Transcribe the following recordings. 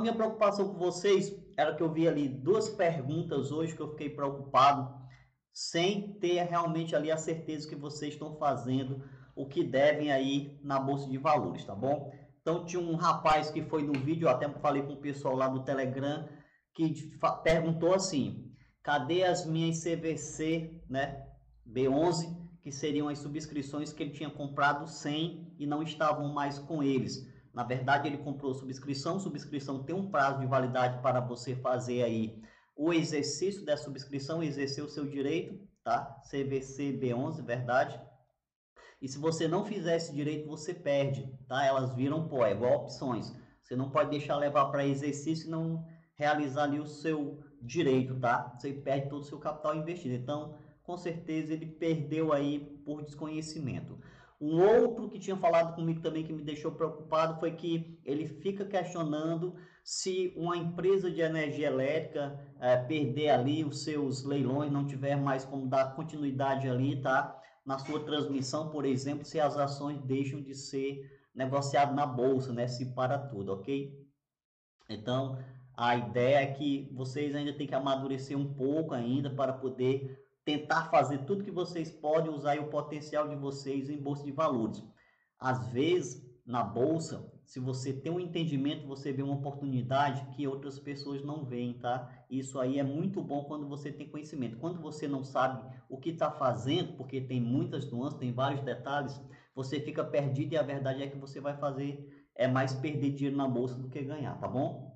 minha preocupação com vocês era que eu vi ali duas perguntas hoje que eu fiquei preocupado, sem ter realmente ali a certeza que vocês estão fazendo o que devem aí na Bolsa de Valores, tá bom? Então tinha um rapaz que foi no vídeo, eu até falei com o pessoal lá do Telegram, que perguntou assim: cadê as minhas CVC, né, B11, que seriam as subscrições que ele tinha comprado 100 e não estavam mais com eles? Na verdade, ele comprou subscrição tem um prazo de validade para você fazer aí o exercício da subscrição, exercer o seu direito, tá? CVC B11, verdade? E se você não fizer esse direito, você perde, tá? Elas viram pó, é igual opções. Você não pode deixar levar para exercício e não realizar ali o seu direito, tá? Você perde todo o seu capital investido. Então, com certeza, ele perdeu aí por desconhecimento. Um outro que tinha falado comigo também que me deixou preocupado foi que ele fica questionando se uma empresa de energia elétrica perder ali os seus leilões, não tiver mais como dar continuidade ali, tá? Na sua transmissão, por exemplo, se as ações deixam de ser negociadas na bolsa, né? Se para tudo, ok? Então, a ideia é que vocês ainda têm que amadurecer um pouco ainda para poder tentar fazer tudo que vocês podem, usar aí o potencial de vocês em bolsa de valores. Às vezes, na bolsa, se você tem um entendimento, você vê uma oportunidade que outras pessoas não veem, tá? Isso aí é muito bom quando você tem conhecimento. Quando você não sabe o que está fazendo, porque tem muitas nuances, tem vários detalhes, você fica perdido e a verdade é que você vai fazer mais perder dinheiro na bolsa do que ganhar, tá bom?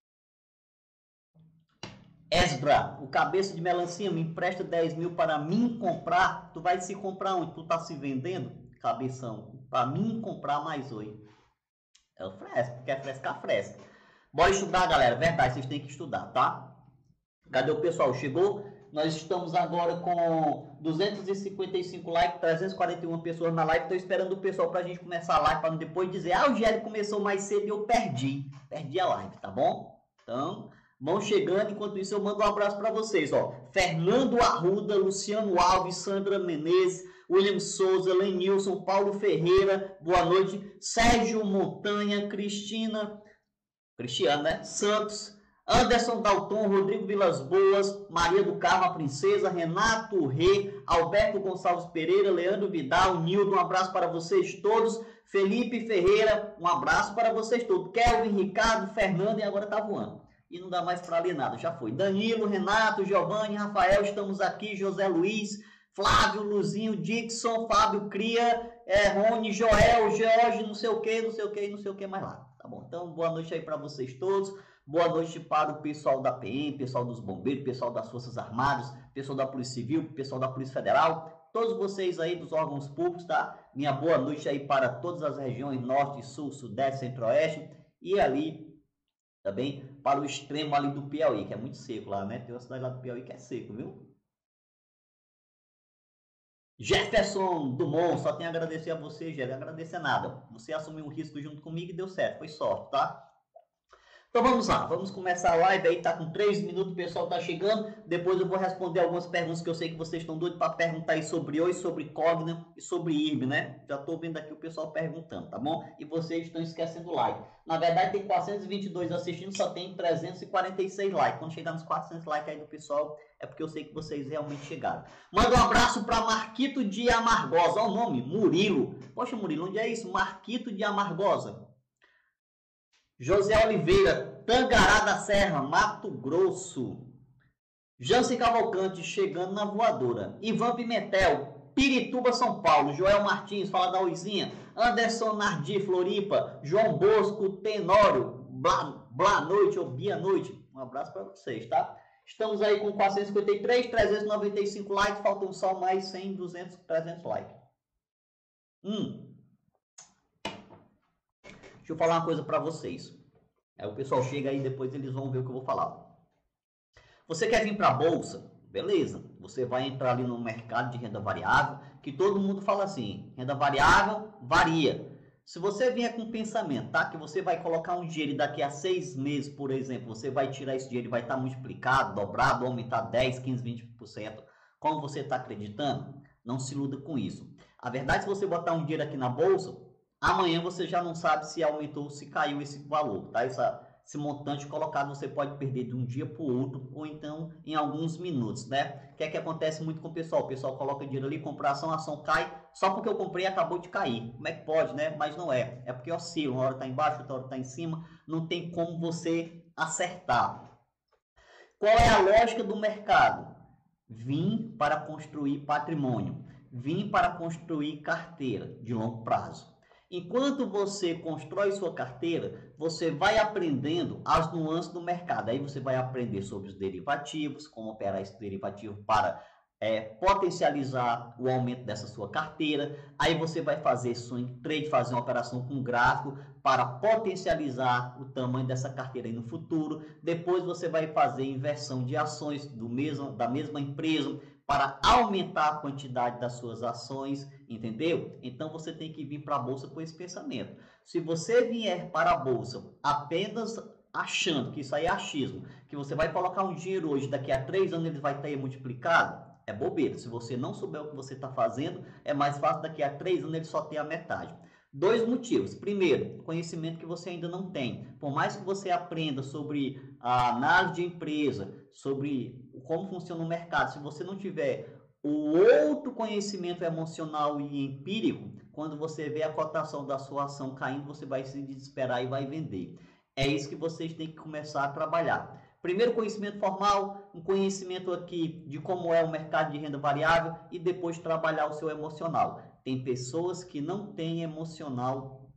Esdra, o cabeça de melancia, me empresta 10 mil para mim comprar. Tu vai se comprar onde? Tu tá se vendendo? Cabeção, para mim comprar mais oi. É o fresco, quer frescar, fresca. Bora estudar, galera, verdade, vocês têm que estudar, tá? Cadê o pessoal? Chegou? Nós estamos agora com 255 likes, 341 pessoas na live. Estou esperando o pessoal para a gente começar a live, para depois dizer: ah, o GL começou mais cedo e eu perdi a live, tá bom? Então, vão chegando, enquanto isso eu mando um abraço para vocês, ó. Fernando Arruda, Luciano Alves, Sandra Menezes, William Souza, Lenilson, Paulo Ferreira, boa noite. Sérgio Montanha, Cristiano, né? Santos, Anderson Dalton, Rodrigo Vilas Boas, Maria do Carmo, a Princesa, Renato Rei, Alberto Gonçalves Pereira, Leandro Vidal, Nildo, um abraço para vocês todos. Felipe Ferreira, um abraço para vocês todos. Kelvin, Ricardo, Fernando, e agora tá voando. E não dá mais para ler nada, já foi. Danilo, Renato, Giovanni, Rafael, estamos aqui. José Luiz, Flávio, Luzinho, Dixon, Fábio, Cria, Rony, Joel, George, não sei o que mais lá. Tá bom, então boa noite aí para vocês todos. Boa noite para o pessoal da PM, pessoal dos bombeiros, pessoal das Forças Armadas, pessoal da Polícia Civil, pessoal da Polícia Federal, todos vocês aí dos órgãos públicos, tá? Minha boa noite aí para todas as regiões Norte, Sul, Sudeste, Centro-Oeste e ali também para o extremo ali do Piauí, que é muito seco lá, né? Tem uma cidade lá do Piauí que é seco, viu? Jefferson Dumont, só tenho a agradecer a você, Gélio, agradecer nada. Você assumiu um risco junto comigo e deu certo, foi sorte, tá? Então vamos lá, vamos começar a live aí, tá com 3 minutos, o pessoal tá chegando. Depois eu vou responder algumas perguntas que eu sei que vocês estão doidos para perguntar aí sobre Oi, sobre Cogna e sobre IRB, né? Já tô vendo aqui o pessoal perguntando, tá bom? E vocês estão esquecendo o like. Na verdade tem 422 assistindo, só tem 346 likes. Quando chegar nos 400 likes aí do pessoal, é porque eu sei que vocês realmente chegaram. Manda um abraço para Marquito de Amargosa, olha o nome, Murilo. Poxa, Murilo, onde é isso? Marquito de Amargosa. José Oliveira, Tangará da Serra, Mato Grosso. Jansen Cavalcante, chegando na voadora. Ivan Pimentel, Pirituba, São Paulo. Joel Martins, fala da Oizinha. Anderson Nardi, Floripa. João Bosco, Tenório. Blá noite ou Bia Noite. Um abraço para vocês, tá? Estamos aí com 453, 395 likes. Faltam só mais 100, 200, 300 likes. Deixa eu falar uma coisa para vocês. Aí o pessoal chega aí, depois eles vão ver o que eu vou falar. Você quer vir para a bolsa? Beleza. Você vai entrar ali no mercado de renda variável, que todo mundo fala assim, renda variável varia. Se você vier com pensamento, tá? Que você vai colocar um dinheiro e daqui a 6 meses, por exemplo, você vai tirar esse dinheiro e vai estar multiplicado, dobrado, aumentar 10, 15, 20%, como você está acreditando, não se iluda com isso. A verdade, se você botar um dinheiro aqui na bolsa, amanhã você já não sabe se aumentou ou se caiu esse valor, tá? esse montante colocado, você pode perder de um dia para o outro, ou então em alguns minutos, né? O que é que acontece muito com o pessoal? O pessoal coloca dinheiro ali, compra ação, a ação cai, só porque eu comprei acabou de cair. Como é que pode, né? Mas não é. É porque oscila, uma hora está embaixo, outra hora está em cima, não tem como você acertar. Qual é a lógica do mercado? Vim para construir patrimônio, vim para construir carteira de longo prazo. Enquanto você constrói sua carteira, você vai aprendendo as nuances do mercado. Aí você vai aprender sobre os derivativos, como operar esse derivativo para potencializar o aumento dessa sua carteira. Aí você vai fazer swing trade, fazer uma operação com gráfico para potencializar o tamanho dessa carteira aí no futuro. Depois você vai fazer inversão de ações da mesma empresa para aumentar a quantidade das suas ações, entendeu? Então você tem que vir para a bolsa com esse pensamento. Se você vier para a bolsa apenas achando que isso aí é achismo, que você vai colocar um dinheiro hoje, daqui a 3 anos ele vai estar multiplicado, é bobeira. Se você não souber o que você está fazendo, é mais fácil daqui a 3 anos ele só ter a metade. 2 motivos. Primeiro, conhecimento que você ainda não tem. Por mais que você aprenda sobre a análise de empresa, sobre como funciona o mercado, se você não tiver o outro conhecimento emocional e empírico, quando você vê a cotação da sua ação caindo, você vai se desesperar e vai vender. É isso que vocês têm que começar a trabalhar. Primeiro, conhecimento formal, um conhecimento aqui de como é o mercado de renda variável e depois trabalhar o seu emocional. Tem pessoas que não têm emocional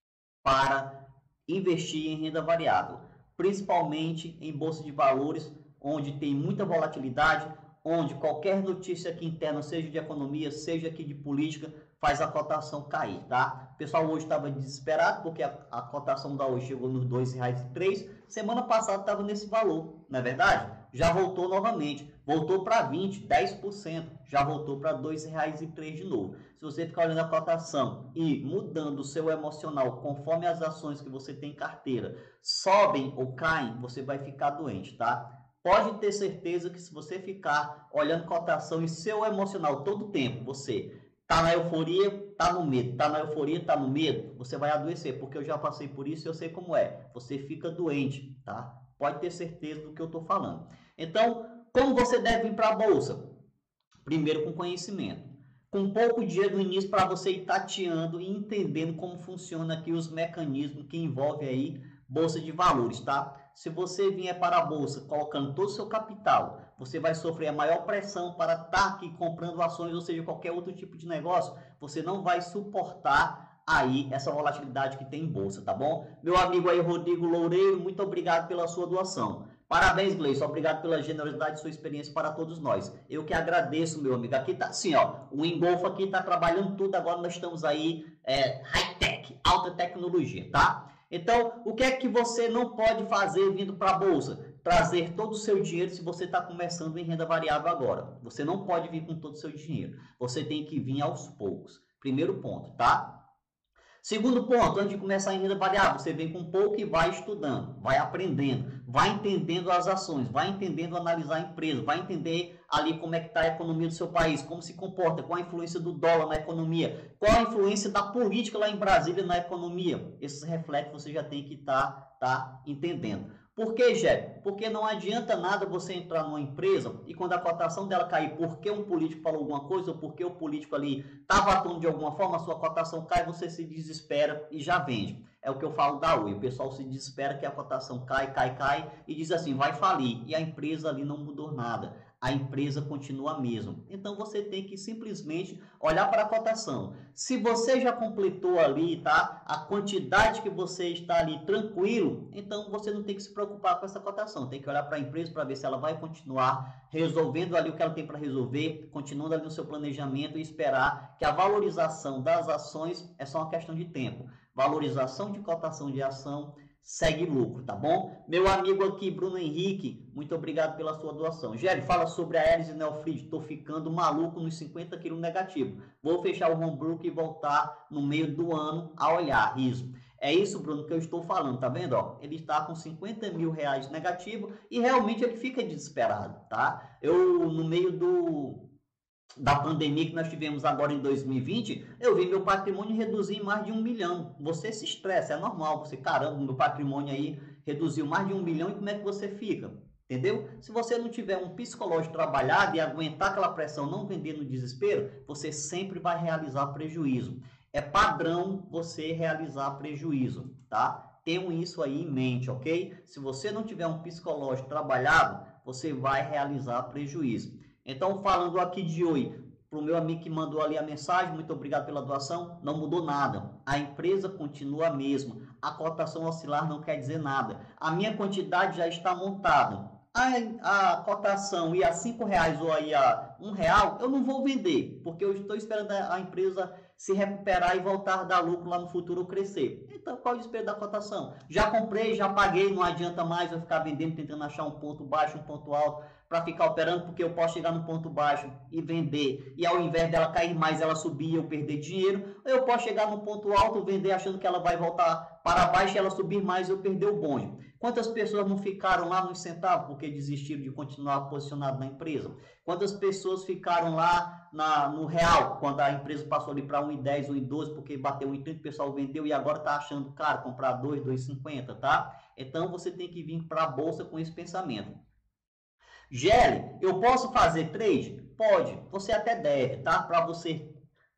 para investir em renda variável, principalmente em bolsa de valores, onde tem muita volatilidade, onde qualquer notícia aqui interna, seja de economia, seja aqui de política, faz a cotação cair, tá? O pessoal hoje estava desesperado porque a cotação da hoje chegou nos R$ 2,03. Semana passada estava nesse valor, não é verdade? Já voltou novamente, voltou para 20, 10%, já voltou para R$ 2,03 de novo. Se você ficar olhando a cotação e mudando o seu emocional conforme as ações que você tem em carteira sobem ou caem, você vai ficar doente, tá? Pode ter certeza que se você ficar olhando cotação e seu emocional todo tempo, você tá na euforia, tá no medo, tá na euforia, tá no medo, você vai adoecer, porque eu já passei por isso e eu sei como é. Você fica doente, tá? Pode ter certeza do que eu tô falando. Então, como você deve ir para a bolsa? Primeiro com conhecimento. Com pouco dinheiro no início para você ir tateando e entendendo como funciona aqui os mecanismos que envolvem aí bolsa de valores, tá? Se você vier para a bolsa colocando todo o seu capital, você vai sofrer a maior pressão para estar aqui comprando ações, ou seja, qualquer outro tipo de negócio, você não vai suportar aí essa volatilidade que tem em bolsa, tá bom? Meu amigo aí, Rodrigo Loureiro, muito obrigado pela sua doação. Parabéns, Gleison, obrigado pela generosidade e sua experiência para todos nós. Eu que agradeço, meu amigo. Aqui tá assim, ó, o Engolfo aqui tá trabalhando tudo, agora nós estamos aí high-tech, alta tecnologia, tá? Então, o que é que você não pode fazer vindo para a bolsa? Trazer todo o seu dinheiro se você está começando em renda variável agora. Você não pode vir com todo o seu dinheiro. Você tem que vir aos poucos. Primeiro ponto, tá? Segundo ponto, antes de começar em renda variável, você vem com pouco e vai estudando, vai aprendendo, vai entendendo as ações, vai entendendo analisar a empresa, vai entender ali como é que está a economia do seu país, como se comporta, qual a influência do dólar na economia, qual a influência da política lá em Brasília na economia. Esses reflexos você já tem que tá entendendo. Por que, Jé? Porque não adianta nada você entrar numa empresa e quando a cotação dela cair porque um político falou alguma coisa ou porque o político ali estava atuando de alguma forma, a sua cotação cai, você se desespera e já vende. É o que eu falo da Oi. O pessoal se desespera que a cotação cai e diz assim, vai falir. E a empresa ali não mudou nada. A empresa continua a mesma. Então você tem que simplesmente olhar para a cotação. Se você já completou ali, tá? A quantidade que você está ali tranquilo, então você não tem que se preocupar com essa cotação. Tem que olhar para a empresa para ver se ela vai continuar resolvendo ali o que ela tem para resolver, continuando ali no seu planejamento e esperar que a valorização das ações é só uma questão de tempo. Valorização de cotação de ação segue lucro, tá bom? Meu amigo aqui, Bruno Henrique, muito obrigado pela sua doação. Gério, fala sobre a Ares e Neofrid. Tô ficando maluco nos 50 quilos negativo. Vou fechar o Homebrook e voltar no meio do ano a olhar, riso. É isso, Bruno, que eu estou falando, tá vendo? Ó, ele está com 50 mil reais negativo e realmente ele fica desesperado, tá? Eu, no meio da pandemia que nós tivemos agora em 2020, eu vi meu patrimônio reduzir em mais de 1 milhão. Você se estressa, é normal. Você, caramba, meu patrimônio aí reduziu mais de 1 milhão, e como é que você fica? Entendeu? Se você não tiver um psicológico trabalhado e aguentar aquela pressão, não vender no desespero, você sempre vai realizar prejuízo. É padrão você realizar prejuízo, tá? Tenham isso aí em mente, ok? Se você não tiver um psicológico trabalhado, você vai realizar prejuízo. Então, falando aqui de Oi, para o meu amigo que mandou ali a mensagem, muito obrigado pela doação, não mudou nada. A empresa continua a mesma. A cotação oscilar não quer dizer nada. A minha quantidade já está montada. A cotação ir a R$5 ou aí a R$1, eu não vou vender, porque eu estou esperando a empresa se recuperar e voltar a dar lucro lá no futuro, crescer. Então, qual é o desespero da cotação? Já comprei, já paguei, não adianta mais eu ficar vendendo, tentando achar um ponto baixo, um ponto alto, para ficar operando, porque eu posso chegar no ponto baixo e vender, e ao invés dela cair mais, ela subir e eu perder dinheiro. Ou eu posso chegar no ponto alto, vender achando que ela vai voltar para baixo e ela subir mais e eu perder o bonde. Quantas pessoas não ficaram lá nos centavos porque desistiram de continuar posicionado na empresa? Quantas pessoas ficaram lá no real, quando a empresa passou ali para 1,10, 1,12, porque bateu 1,30, o pessoal vendeu e agora está achando caro comprar 2, 2,50, tá? Então você tem que vir para a bolsa com esse pensamento. Gelli, eu posso fazer trade? Pode, você até deve, tá? Para você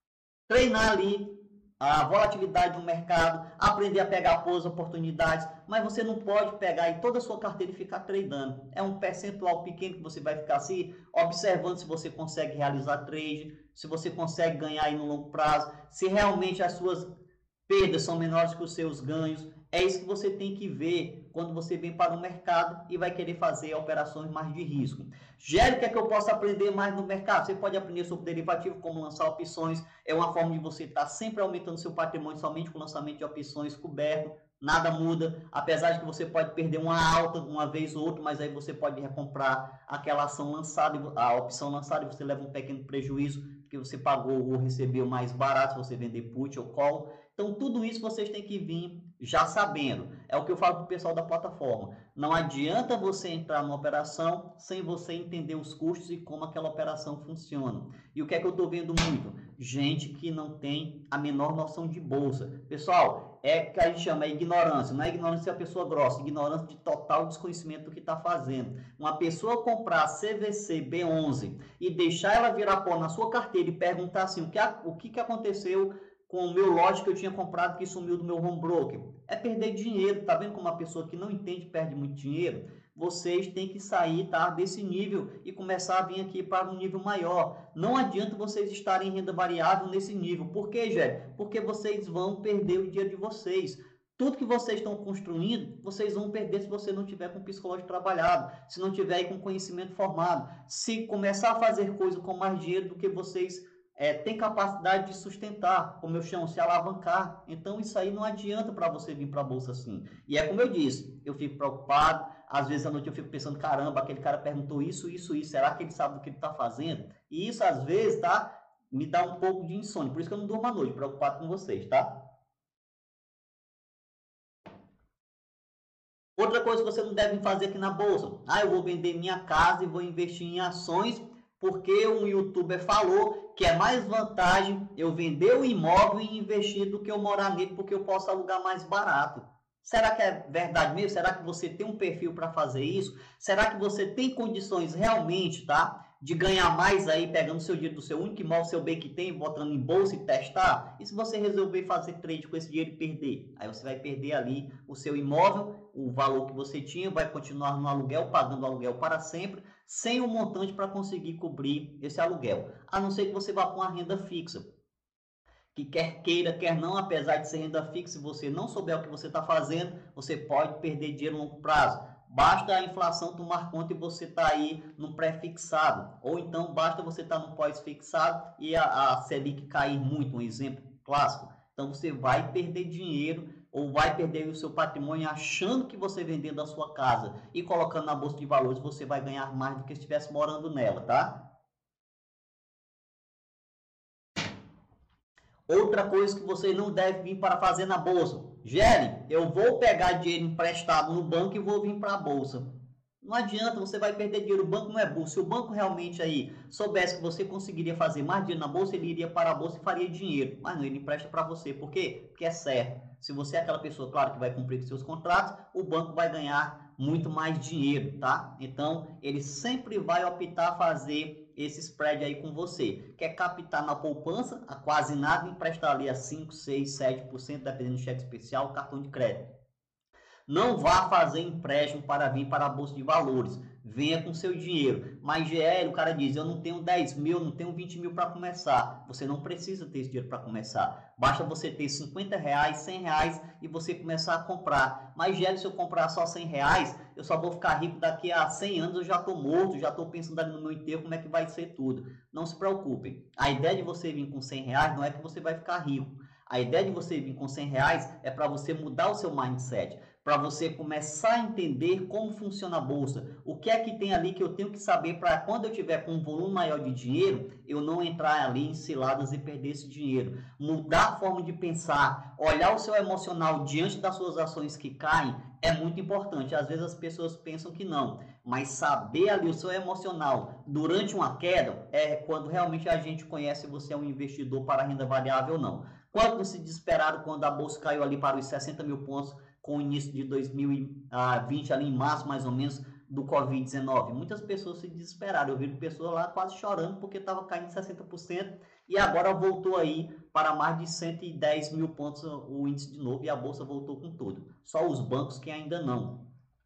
treinar ali a volatilidade do mercado, aprender a pegar boas oportunidades, mas você não pode pegar aí toda a sua carteira e ficar tradando. É um percentual pequeno que você vai ficar assim, observando se você consegue realizar trade, se você consegue ganhar aí no longo prazo, se realmente as suas perdas são menores que os seus ganhos. É isso que você tem que ver quando você vem para o mercado e vai querer fazer operações mais de risco. Gélio, quer que eu possa aprender mais no mercado? Você pode aprender sobre derivativo, como lançar opções. É uma forma de você estar sempre aumentando seu patrimônio somente com o lançamento de opções coberto. Nada muda, apesar de que você pode perder uma alta uma vez ou outra, mas aí você pode recomprar aquela ação lançada, a opção lançada, e você leva um pequeno prejuízo, porque você pagou ou recebeu mais barato se você vender put ou call. Então, tudo isso vocês têm que vir já sabendo. É o que eu falo para o pessoal da plataforma. Não adianta você entrar numa operação sem você entender os custos e como aquela operação funciona. E o que é que eu estou vendo muito? Gente que não tem a menor noção de bolsa. Pessoal, é que a gente chama ignorância. Não é ignorância da pessoa grossa, ignorância de total desconhecimento do que está fazendo. Uma pessoa comprar CVC B11 e deixar ela virar pó na sua carteira e perguntar assim, o que aconteceu com o meu lote que eu tinha comprado que sumiu do meu home broker, é perder dinheiro. Tá vendo como uma pessoa que não entende perde muito dinheiro? Vocês têm que sair, tá, desse nível e começar a vir aqui para um nível maior. Não adianta vocês estarem em renda variável nesse nível. Por quê, Jé? Porque vocês vão perder o dinheiro de vocês. Tudo que vocês estão construindo, vocês vão perder se você não tiver com psicológico trabalhado, se não tiver aí com conhecimento formado, se começar a fazer coisa com mais dinheiro do que vocês tem capacidade de sustentar, como eu chamo, se alavancar. Então isso aí não adianta para você vir para a bolsa assim. E é como eu disse, eu fico preocupado, às vezes à noite eu fico pensando, caramba, aquele cara perguntou isso, será que ele sabe do que ele está fazendo? E isso às vezes, tá, me dá um pouco de insônia, por isso que eu não durmo à noite, preocupado com vocês, tá? Outra coisa que você não deve fazer aqui na bolsa, eu vou vender minha casa e vou investir em ações, porque um youtuber falou que é mais vantagem eu vender o imóvel e investir do que eu morar nele, porque eu posso alugar mais barato. Será que é verdade mesmo? Será que você tem um perfil para fazer isso? Será que você tem condições realmente, tá, de ganhar mais aí, pegando seu dinheiro do seu único imóvel, seu bem que tem, botando em bolsa e testar? E se você resolver fazer trade com esse dinheiro e perder? Aí você vai perder ali o seu imóvel, o valor que você tinha, vai continuar no aluguel, pagando aluguel para sempre, sem um montante para conseguir cobrir esse aluguel. A não ser que você vá com uma renda fixa, que quer queira, quer não, apesar de ser renda fixa, se você não souber o que você está fazendo, você pode perder dinheiro a longo prazo. Basta a inflação tomar conta e você está aí no pré-fixado. Ou então basta você estar no pós-fixado e a Selic cair muito, um exemplo clássico. Então você vai perder dinheiro ou vai perder o seu patrimônio achando que você vendendo a sua casa e colocando na bolsa de valores, você vai ganhar mais do que se estivesse morando nela, tá? Outra coisa que você não deve vir para fazer na bolsa. Gelli, eu vou pegar dinheiro emprestado no banco e vou vir para a bolsa. Não adianta, você vai perder dinheiro. O banco não é burro. Se o banco realmente aí soubesse que você conseguiria fazer mais dinheiro na bolsa, ele iria para a bolsa e faria dinheiro. Mas não, ele empresta para você. Por quê? Porque é certo. Se você é aquela pessoa, claro, que vai cumprir com seus contratos, o banco vai ganhar muito mais dinheiro, tá? Então, ele sempre vai optar a fazer esse spread aí com você. Quer captar na poupança, a quase nada, emprestar ali a 5, 6, 7%, dependendo do cheque especial, cartão de crédito. Não vá fazer empréstimo para vir para a Bolsa de Valores. Venha com seu dinheiro. Mas, GL, o cara diz, eu não tenho 10 mil, não tenho 20 mil para começar. Você não precisa ter esse dinheiro para começar. Basta você ter 50 reais, 100 reais e você começar a comprar. Mas, GL, se eu comprar só 100 reais, eu só vou ficar rico daqui a 100 anos, eu já estou morto, já estou pensando ali no meu enterro, como é que vai ser tudo. Não se preocupem. A ideia de você vir com 100 reais não é que você vai ficar rico. A ideia de você vir com 100 reais é para você mudar o seu mindset, para você começar a entender como funciona a bolsa, o que é que tem ali que eu tenho que saber para quando eu tiver com um volume maior de dinheiro, eu não entrar ali em ciladas e perder esse dinheiro. Mudar a forma de pensar, olhar o seu emocional diante das suas ações que caem é muito importante. Às vezes as pessoas pensam que não, mas saber ali o seu emocional durante uma queda é quando realmente a gente conhece se você é um investidor para renda variável ou não. Quanto se desesperaram quando a bolsa caiu ali para os 60 mil pontos com o início de 2020, ali em março mais ou menos, do Covid-19. Muitas pessoas se desesperaram. Eu vi pessoas lá quase chorando porque estava caindo 60% e agora voltou aí para mais de 110 mil pontos o índice de novo e a bolsa voltou com tudo. Só os bancos que ainda não.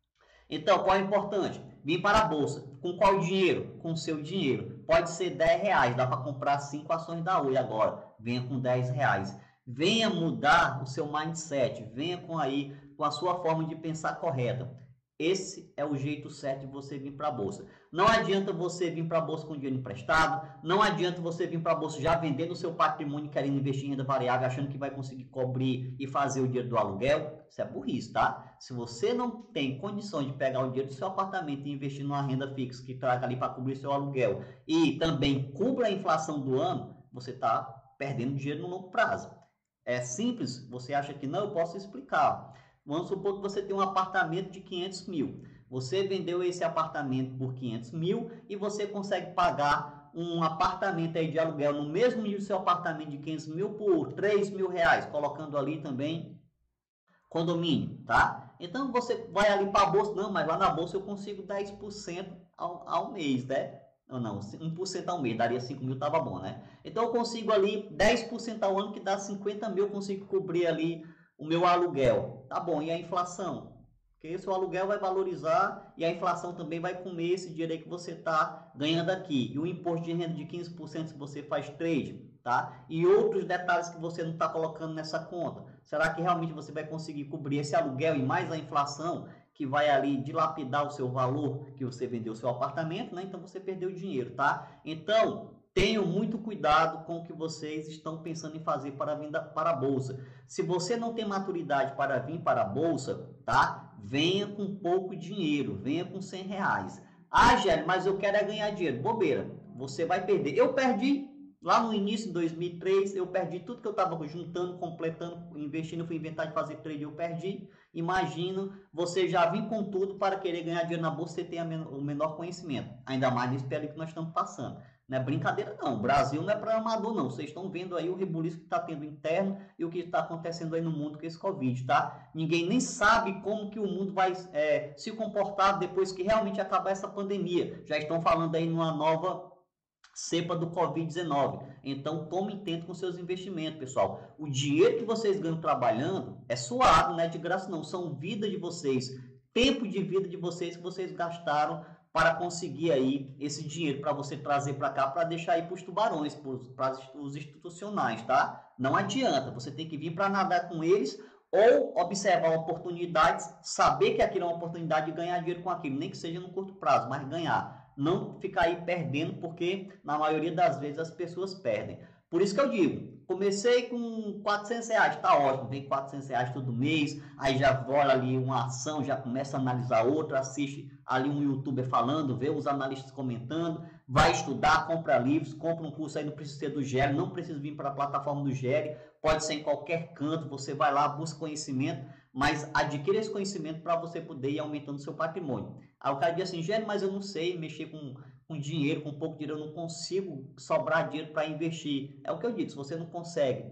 Então, qual é o importante? Vir para a bolsa. Com qual dinheiro? Com o seu dinheiro. Pode ser 10 reais, dá para comprar 5 ações da Oi agora. Venha com 10 reais. Venha mudar o seu mindset, venha com a sua forma de pensar correta. Esse é o jeito certo de você vir para a bolsa. Não adianta você vir para a bolsa com dinheiro emprestado, não adianta você vir para a bolsa já vendendo o seu patrimônio, querendo investir em renda variável, achando que vai conseguir cobrir e fazer o dinheiro do aluguel. Isso é burrice, tá? Se você não tem condições de pegar o dinheiro do seu apartamento e investir numa renda fixa que traga ali para cobrir seu aluguel e também cubra a inflação do ano, você está perdendo dinheiro no longo prazo. É simples, você acha que não? Eu posso explicar. Vamos supor que você tem um apartamento de 500 mil. Você vendeu esse apartamento por 500 mil e você consegue pagar um apartamento aí de aluguel no mesmo nível do seu apartamento de 500 mil por 3 mil reais, colocando ali também condomínio, tá? Então você vai ali para a bolsa, não, mas lá na bolsa eu consigo 10% ao mês, né? Não, 1% ao mês, daria 5 mil, tava bom, né? Então eu consigo ali 10% ao ano, que dá 50 mil, eu consigo cobrir ali o meu aluguel. Tá bom, e a inflação? Porque seu aluguel vai valorizar e a inflação também vai comer esse dinheiro aí que você está ganhando aqui. E o imposto de renda de 15% se você faz trade, tá? E outros detalhes que você não está colocando nessa conta. Será que realmente você vai conseguir cobrir esse aluguel e mais a inflação que vai ali dilapidar o seu valor que você vendeu o seu apartamento, né? Então você perdeu dinheiro, tá? Então, tenham muito cuidado com o que vocês estão pensando em fazer para vir para a bolsa. Se você não tem maturidade para vir para a bolsa, tá? Venha com pouco dinheiro, venha com 100 reais. Ah, Gélio, mas eu quero é ganhar dinheiro. Bobeira, você vai perder. Eu perdi lá no início de 2003, eu perdi tudo que eu estava juntando, completando, investindo, fui inventar de fazer trade, eu perdi. Imagina você já vir com tudo para querer ganhar dinheiro na bolsa, você tem o menor conhecimento. Ainda mais nesse período que nós estamos passando. Não é brincadeira não, o Brasil não é para amador não, vocês estão vendo aí o rebuliço que está tendo interno e o que está acontecendo aí no mundo com esse Covid, tá? Ninguém nem sabe como que o mundo vai se comportar depois que realmente acabar essa pandemia. Já estão falando aí numa nova cepa do Covid-19. Então, tome atento com seus investimentos, pessoal. O dinheiro que vocês ganham trabalhando é suado, não é de graça não, são vida de vocês, tempo de vida de vocês que vocês gastaram para conseguir aí esse dinheiro para você trazer para cá, para deixar aí para os tubarões, para os institucionais, tá? Não adianta, você tem que vir para nadar com eles ou observar oportunidades, saber que aquilo é uma oportunidade de ganhar dinheiro com aquilo, nem que seja no curto prazo, mas ganhar. Não ficar aí perdendo, porque na maioria das vezes as pessoas perdem. Por isso que eu digo, comecei com 400 reais, tá ótimo, vem 400 reais todo mês, aí já olha ali uma ação, já começa a analisar outra, assiste ali um youtuber falando, vê os analistas comentando, vai estudar, compra livros, compra um curso aí, não precisa ser do GERI, não precisa vir para a plataforma do GERI, pode ser em qualquer canto, você vai lá, busca conhecimento, mas adquira esse conhecimento para você poder ir aumentando o seu patrimônio. Aí o cara diz assim, Gênio, mas eu não sei mexer com dinheiro, com pouco dinheiro, eu não consigo sobrar dinheiro para investir. É o que eu digo, se você não consegue, tá?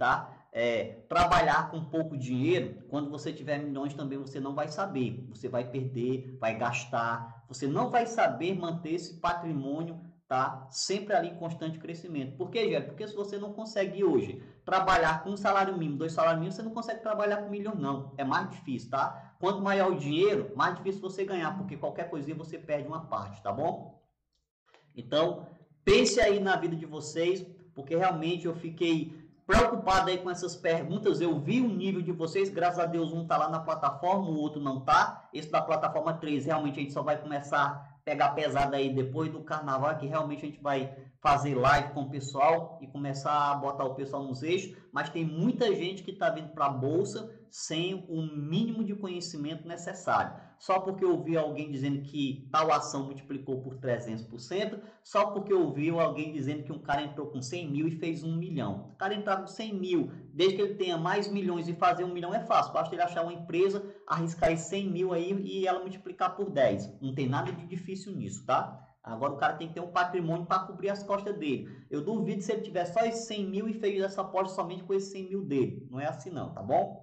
trabalhar com pouco dinheiro. Quando você tiver milhões também você não vai saber, você vai perder, vai gastar, você não vai saber manter esse patrimônio, tá? Sempre ali em constante crescimento. Por quê, Gélio? Porque se você não consegue hoje trabalhar com um salário mínimo, 2 salários mínimos, você não consegue trabalhar com 1 milhão, não. É mais difícil, tá? Quanto maior o dinheiro, mais difícil você ganhar, porque qualquer coisinha você perde uma parte, tá bom? Então, pense aí na vida de vocês, porque realmente eu fiquei preocupado aí com essas perguntas. Eu vi o nível de vocês, graças a Deus um tá lá na plataforma, o outro não tá. Esse da plataforma 3 realmente a gente só vai começar a pegar pesado aí depois do carnaval, que realmente a gente vai fazer live com o pessoal e começar a botar o pessoal nos eixos, mas tem muita gente que está vindo para a bolsa sem o mínimo de conhecimento necessário. Só porque eu ouvi alguém dizendo que tal ação multiplicou por 300%, só porque eu ouvi alguém dizendo que um cara entrou com 100 mil e fez 1 milhão. O cara entrar com 100 mil, desde que ele tenha mais milhões e fazer 1 milhão é fácil, basta ele achar uma empresa, arriscar 100 mil aí e ela multiplicar por 10. Não tem nada de difícil nisso, tá? Agora o cara tem que ter um patrimônio para cobrir as costas dele. Eu duvido se ele tiver só esses 100 mil e fez essa aposta somente com esses 100 mil dele. Não é assim não, tá bom?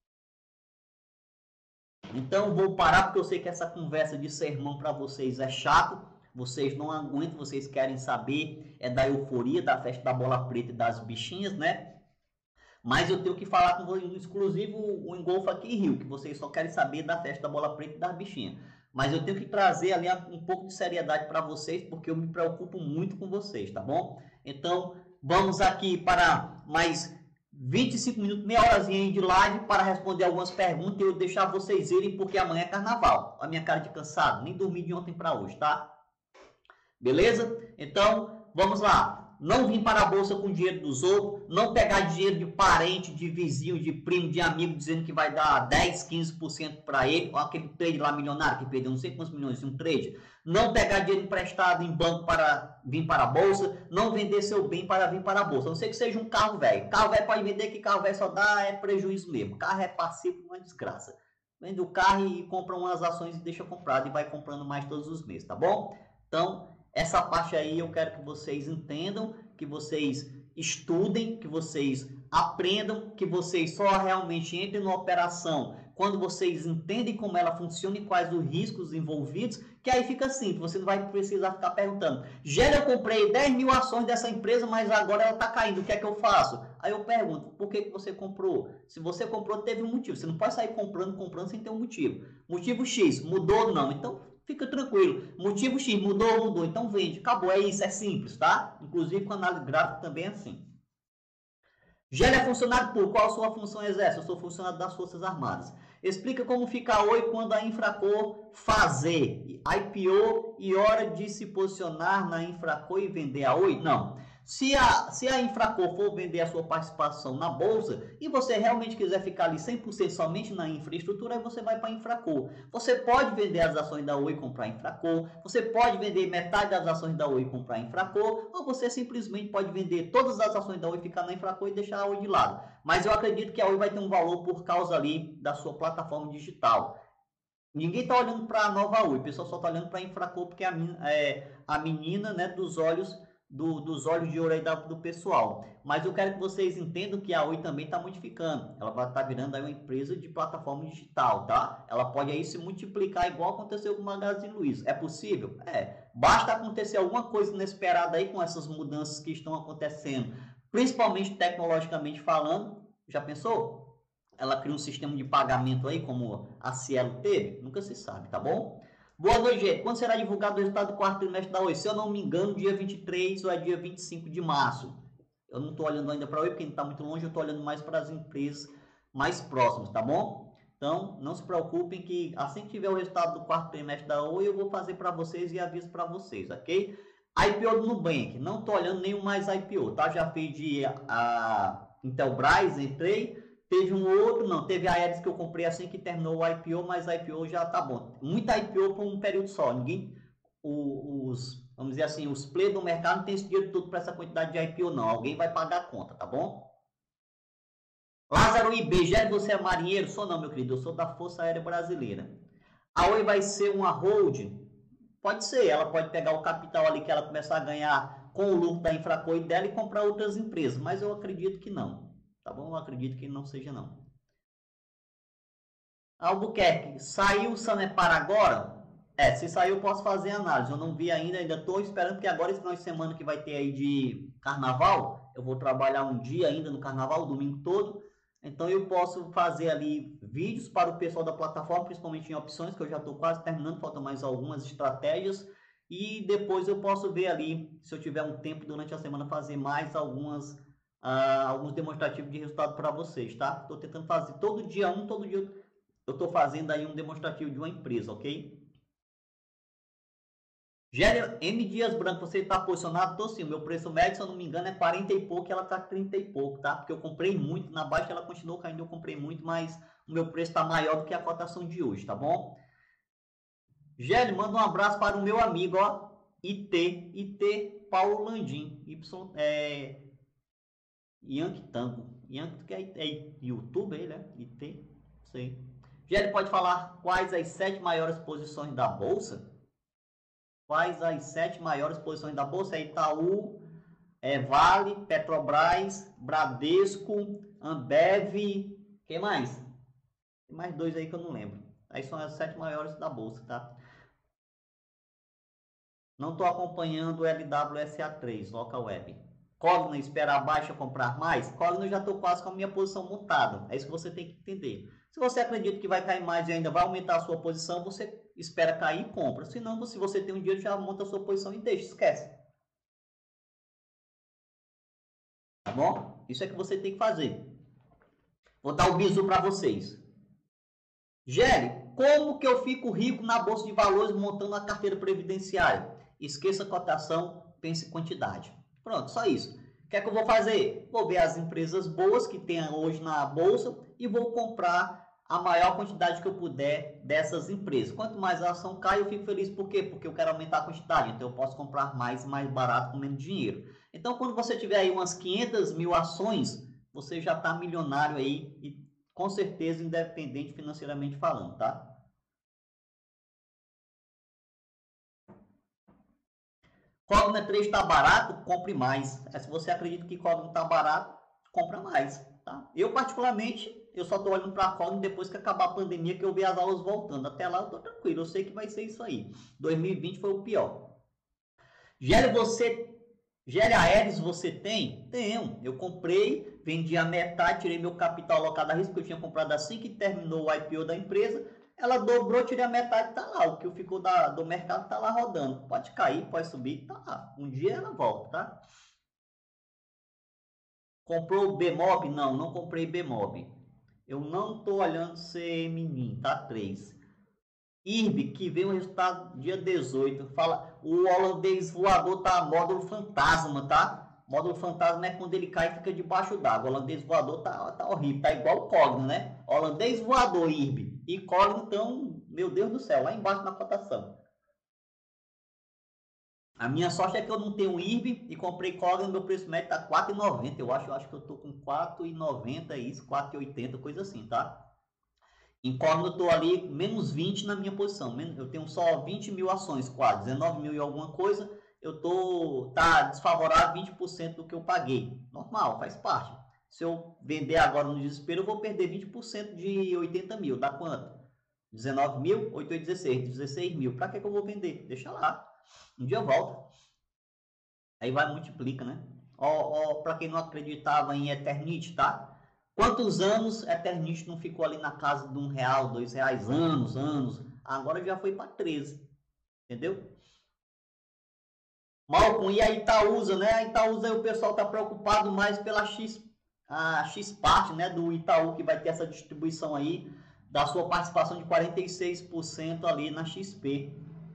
Então vou parar porque eu sei que essa conversa de sermão para vocês é chato. Vocês não aguentam, vocês querem saber da euforia, da festa da bola preta e das bichinhas, né? Mas eu tenho que falar com vocês, exclusivo o Engolfa aqui em Rio, que vocês só querem saber da festa da bola preta e das bichinhas. Mas eu tenho que trazer ali um pouco de seriedade para vocês, porque eu me preocupo muito com vocês, tá bom? Então, vamos aqui para mais 25 minutos, meia horazinha de live para responder algumas perguntas e eu deixar vocês irem, porque amanhã é carnaval. A minha cara de cansado, nem dormi de ontem para hoje, tá? Beleza? Então, vamos lá. Não vir para a bolsa com dinheiro dos outros, não pegar dinheiro de parente, de vizinho, de primo, de amigo, dizendo que vai dar 10, 15% para ele, ou aquele trade lá milionário que perdeu não sei quantos milhões em um trade. Não pegar dinheiro emprestado em banco para vir para a bolsa, não vender seu bem para vir para a bolsa. A não ser que seja um carro velho. Carro velho pode vender, que carro velho só dá prejuízo mesmo. Carro é passivo, uma desgraça. Vende o carro e compra umas ações e deixa comprado e vai comprando mais todos os meses, tá bom? Então, essa parte aí eu quero que vocês entendam, que vocês estudem, que vocês aprendam, que vocês só realmente entrem na operação quando vocês entendem como ela funciona e quais os riscos envolvidos, que aí fica simples, você não vai precisar ficar perguntando: Gélio, eu comprei 10 mil ações dessa empresa, mas agora ela está caindo, o que é que eu faço? Aí eu pergunto: por que você comprou? Se você comprou, teve um motivo, você não pode sair comprando sem ter um motivo. Motivo X, mudou ou não? Então, fica tranquilo. Motivo X, mudou, então vende. Acabou, é isso, é simples, tá? Inclusive com análise gráfica também é assim. Gélio é funcionário público, qual a sua função exerce? Eu sou funcionário das Forças Armadas. Explica como fica a Oi quando a Infracore fazer IPO e hora de se posicionar na Infracore e vender a Oi? Não. Se a Infracore for vender a sua participação na bolsa e você realmente quiser ficar ali 100% somente na infraestrutura, aí você vai para a Infracore. Você pode vender as ações da Oi e comprar a Infracore, você pode vender metade das ações da Oi e comprar a Infracore, ou você simplesmente pode vender todas as ações da Oi, ficar na Infracore e deixar a Oi de lado. Mas eu acredito que a Oi vai ter um valor por causa ali da sua plataforma digital. Ninguém está olhando para a nova Oi, o pessoal só está olhando para a Infracore, porque é a menina, né, dos olhos de ouro aí do pessoal. Mas eu quero que vocês entendam que a Oi também está modificando. Ela vai estar virando aí uma empresa de plataforma digital, tá? Ela pode aí se multiplicar igual aconteceu com o Magazine Luiza. É possível? É. Basta acontecer alguma coisa inesperada aí com essas mudanças que estão acontecendo, principalmente tecnologicamente falando. Já pensou? Ela cria um sistema de pagamento aí, como a Cielo teve? Nunca se sabe, tá bom? Boa noite, gente. Quando será divulgado o resultado do quarto trimestre da Oi? Se eu não me engano, dia 23 ou é dia 25 de março. Eu não estou olhando ainda para a Oi, porque não está muito longe, eu estou olhando mais para as empresas mais próximas, tá bom? Então, não se preocupem que assim que tiver o resultado do quarto trimestre da Oi, eu vou fazer para vocês e aviso para vocês, ok? IPO do Nubank. Não estou olhando nenhum mais IPO, tá? Já fiz de Intelbras, entrei. Teve um outro, não, teve a Aeres que eu comprei assim que terminou o IPO, mas a IPO já tá bom. Muita IPO por um período só. Ninguém, vamos dizer assim, os players do mercado não tem esse dinheiro todo para essa quantidade de IPO, não. Alguém vai pagar a conta, tá bom? Lázaro IB, Gélio, você é marinheiro? Sou não, meu querido, eu sou da Força Aérea Brasileira. A Oi vai ser uma hold? Pode ser, ela pode pegar o capital ali que ela começar a ganhar com o lucro da Infracore dela e comprar outras empresas, mas eu acredito que não. tá bom? Eu acredito que não seja não. Albuquerque, saiu o Sanepar agora? Se saiu eu posso fazer análise, eu não vi ainda estou esperando, porque agora esse final de semana que vai ter aí de carnaval, eu vou trabalhar um dia ainda no carnaval, o domingo todo, então eu posso fazer ali vídeos para o pessoal da plataforma, principalmente em opções, que eu já estou quase terminando, faltam mais algumas estratégias, e depois eu posso ver ali, se eu tiver um tempo durante a semana, fazer mais alguns demonstrativos de resultado para vocês, tá? Estou tentando fazer todo dia eu estou fazendo aí um demonstrativo de uma empresa, ok? Gélia M. Dias Branco, você está posicionado? Estou sim, o meu preço médio, se eu não me engano, é 40 e pouco e ela está 30 e pouco, tá? Porque eu comprei muito, na baixa ela continuou caindo, eu comprei muito, mas o meu preço está maior do que a cotação de hoje, tá bom? Gélia, manda um abraço para o meu amigo, ó, IT Paulo Landim, Yankee Tango. Yankee que é YouTube, ele, né? IT, sei. Gélia, pode falar quais as 7 maiores posições da Bolsa? Quais as 7 maiores posições da Bolsa? É Itaú, Vale, Petrobras, Bradesco, Ambev, quem mais? Tem mais 2 aí que eu não lembro. Aí são as 7 maiores da Bolsa, tá? Não estou acompanhando o LWSA3, Local Web. Cogna, esperar baixa, comprar mais? Cogna eu já estou quase com a minha posição montada. É isso que você tem que entender. Se você acredita que vai cair mais e ainda vai aumentar a sua posição, você espera cair e compra. Se não, se você tem um dinheiro, já monta a sua posição e deixa, esquece. Tá bom? Isso é que você tem que fazer. Vou dar o bizu para vocês. Gere, como que eu fico rico na Bolsa de Valores montando a carteira previdenciária? Esqueça cotação, pense em quantidade. Pronto, só isso. O que é que eu vou fazer? Vou ver as empresas boas que tem hoje na Bolsa e vou comprar a maior quantidade que eu puder dessas empresas. Quanto mais a ação cai, eu fico feliz. Por quê? Porque eu quero aumentar a quantidade. Então, eu posso comprar mais e mais barato com menos dinheiro. Então, quando você tiver aí umas 500 mil ações, você já está milionário aí e com certeza independente financeiramente falando, tá? Cogna 3 está barato, compre mais. Se você acredita que Cogna está barato, compra mais, tá? Eu particularmente, eu só estou olhando para a Cogna depois que acabar a pandemia, que eu vi as aulas voltando. Até lá eu estou tranquilo, eu sei que vai ser isso aí. 2020 foi o pior. Gélia Aéreos você tem? Tenho. Eu comprei, vendi a metade, tirei meu capital alocado a risco, que eu tinha comprado assim que terminou o IPO da empresa. Ela dobrou, tirei a metade, tá lá. O que ficou do mercado tá lá rodando. Pode cair, pode subir, tá lá. Um dia ela volta, tá? Comprou o Bmob? Não, não comprei Bmob. Eu não tô olhando CMNIM, tá? 3. IRB, que veio o resultado dia 18. Fala, o holandês voador tá módulo fantasma, tá? Módulo fantasma é quando ele cai e fica debaixo d'água. O holandês voador tá horrível, tá igual o Cogna, né? Holandês voador, IRB. E Cogna, então, meu Deus do céu, lá embaixo na cotação. A minha sorte é que eu não tenho IRB e comprei Cogna, meu preço médio tá 4,90. Eu acho que eu tô com 4,90, isso, 4,80, coisa assim, tá? Enquanto eu estou ali menos 20 na minha posição. Eu tenho só 20 mil ações, quase 19 mil e alguma coisa. Tá desfavorável 20% do que eu paguei. Normal, faz parte. Se eu vender agora no desespero, eu vou perder 20% de 80 mil. Dá quanto? 19 mil, 8, 8, 16. 16 mil. Para que eu vou vender? Deixa lá. Um dia eu volto. Aí vai multiplica, né? Para quem não acreditava em Eternite, tá? Quantos anos Eternite não ficou ali na casa de R$1, R$2? Anos. Agora já foi para 13. Entendeu? Malcom, e a Itaúsa, né? A Itaúsa aí o pessoal tá preocupado mais pela a X-Parte, né? Do Itaú, que vai ter essa distribuição aí da sua participação de 46% ali na XP.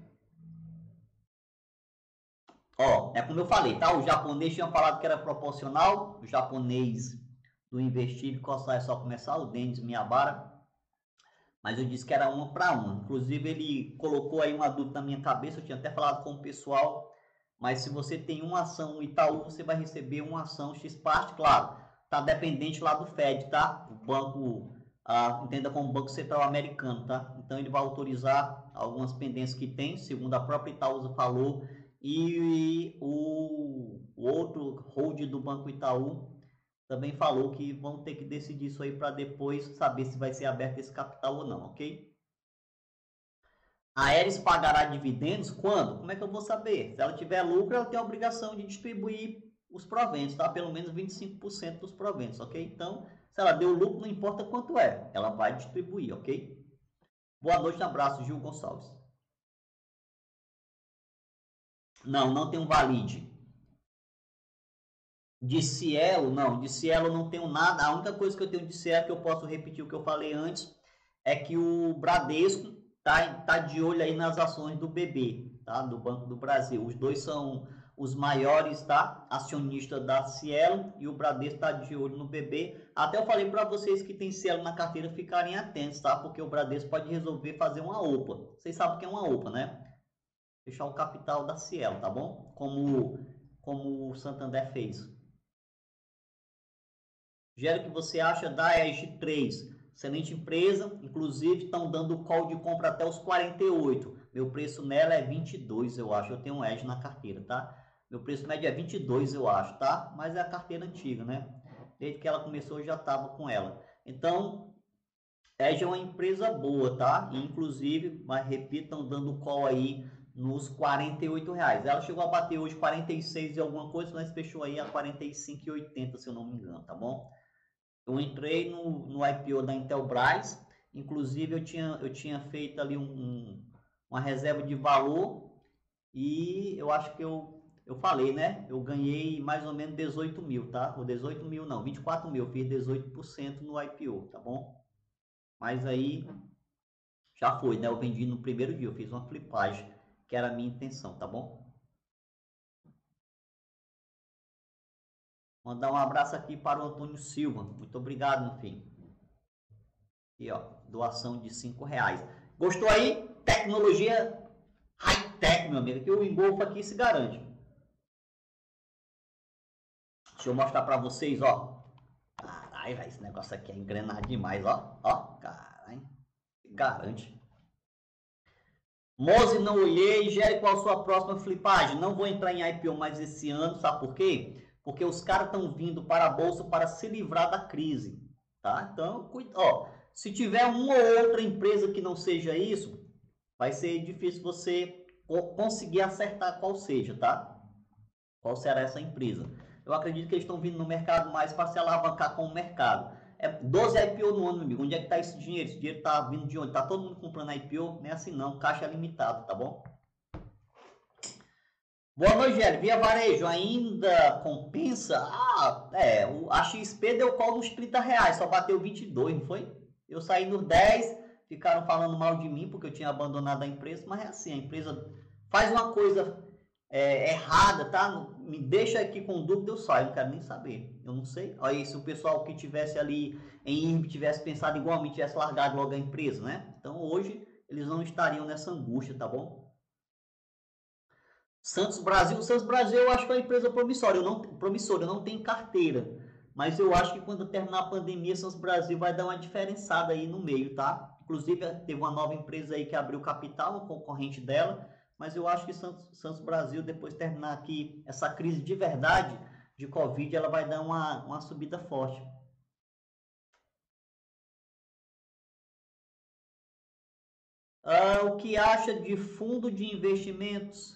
Ó, é como eu falei, tá? O japonês tinha falado que era proporcional, o japonês do investido, é só começar, o Denis Miyabara, mas eu disse que era uma para uma. Inclusive, ele colocou aí uma dúvida na minha cabeça, eu tinha até falado com o pessoal, mas se você tem uma ação Itaú, você vai receber uma ação X-Parte, claro, tá dependente lá do Fed, tá? O banco, entenda como Banco Central Americano, tá? Então, ele vai autorizar algumas pendências que tem, segundo a própria Itaúsa falou, e o outro hold do Banco Itaú também falou que vão ter que decidir isso aí para depois saber se vai ser aberto esse capital ou não, ok? A Aeres pagará dividendos quando? Como é que eu vou saber? Se ela tiver lucro, ela tem a obrigação de distribuir os proventos, tá? Pelo menos 25% dos proventos, ok? Então, se ela deu lucro, não importa quanto é, ela vai distribuir, ok? Boa noite, um abraço, Gil Gonçalves. Não tem um valide. De Cielo, não. De Cielo não tenho nada. A única coisa que eu tenho de Cielo, que eu posso repetir o que eu falei antes, é que o Bradesco tá de olho aí nas ações do BB, tá? Do Banco do Brasil. Os dois são os maiores, tá? Acionistas da Cielo, e o Bradesco tá de olho no BB. Até eu falei para vocês que tem Cielo na carteira ficarem atentos, tá? Porque o Bradesco pode resolver fazer uma OPA. Vocês sabem o que é uma OPA, né? Fechar o capital da Cielo, tá bom? Como o Santander fez. Gera o que você acha da EG3? Excelente empresa, inclusive estão dando call de compra até os 48. Meu preço nela é 22, eu acho. Eu tenho um EG na carteira, tá? Meu preço médio é 22, eu acho, tá? Mas é a carteira antiga, né? Desde que ela começou eu já estava com ela. Então, EG é uma empresa boa, tá? E, inclusive, mas repito, estão dando call aí nos R$48. Ela chegou a bater hoje 46 e alguma coisa, mas fechou aí a 45,80, se eu não me engano, tá bom? Eu entrei no IPO da Intelbras, inclusive eu tinha feito ali uma reserva de valor e eu acho que eu falei, né? Eu ganhei mais ou menos 18 mil, tá? Ou 18 mil não, 24 mil, eu fiz 18% no IPO, tá bom? Mas aí já foi, né? Eu vendi no primeiro dia, eu fiz uma flipagem, que era a minha intenção, tá bom? Mandar um abraço aqui para o Antônio Silva. Muito obrigado, meu filho. Aqui, ó, doação de R$5. Gostou aí? Tecnologia high-tech, meu amigo. Que o Engolfo aqui se garante. Deixa eu mostrar para vocês, ó. Caralho, esse negócio aqui é engrenado demais, ó. Ó, caralho. Garante. Mose, não olhei. Gere, qual a sua próxima flipagem? Não vou entrar em IPO mais esse ano, sabe por quê? Porque os caras estão vindo para a bolsa para se livrar da crise, tá? Então, ó, se tiver uma ou outra empresa que não seja isso, vai ser difícil você conseguir acertar qual seja, tá? Qual será essa empresa? Eu acredito que eles estão vindo no mercado mais para se alavancar com o mercado. É 12 IPO no ano, meu amigo. Onde é que está esse dinheiro? Esse dinheiro está vindo de onde? Está todo mundo comprando IPO? Não é assim não, caixa é limitado, tá bom? Boa noite, Gélio. Via Varejo, ainda compensa? A XP deu call nos R$30, só bateu 22, não foi? Eu saí nos 10, ficaram falando mal de mim porque eu tinha abandonado a empresa, mas é assim, a empresa faz uma coisa errada, tá? Me deixa aqui com dúvida, eu saio, não quero nem saber. Eu não sei. Aí se o pessoal que tivesse ali em IRB tivesse pensado igual a mim, tivesse largado logo a empresa, né? Então hoje eles não estariam nessa angústia, tá bom? Santos Brasil eu acho que é uma empresa promissória, eu não tenho carteira, mas eu acho que quando terminar a pandemia, Santos Brasil vai dar uma diferenciada aí no meio, tá? Inclusive teve uma nova empresa aí que abriu capital, um concorrente dela, mas eu acho que Santos Brasil, depois de terminar aqui essa crise de verdade de Covid, ela vai dar uma subida forte. O que acha de fundo de investimentos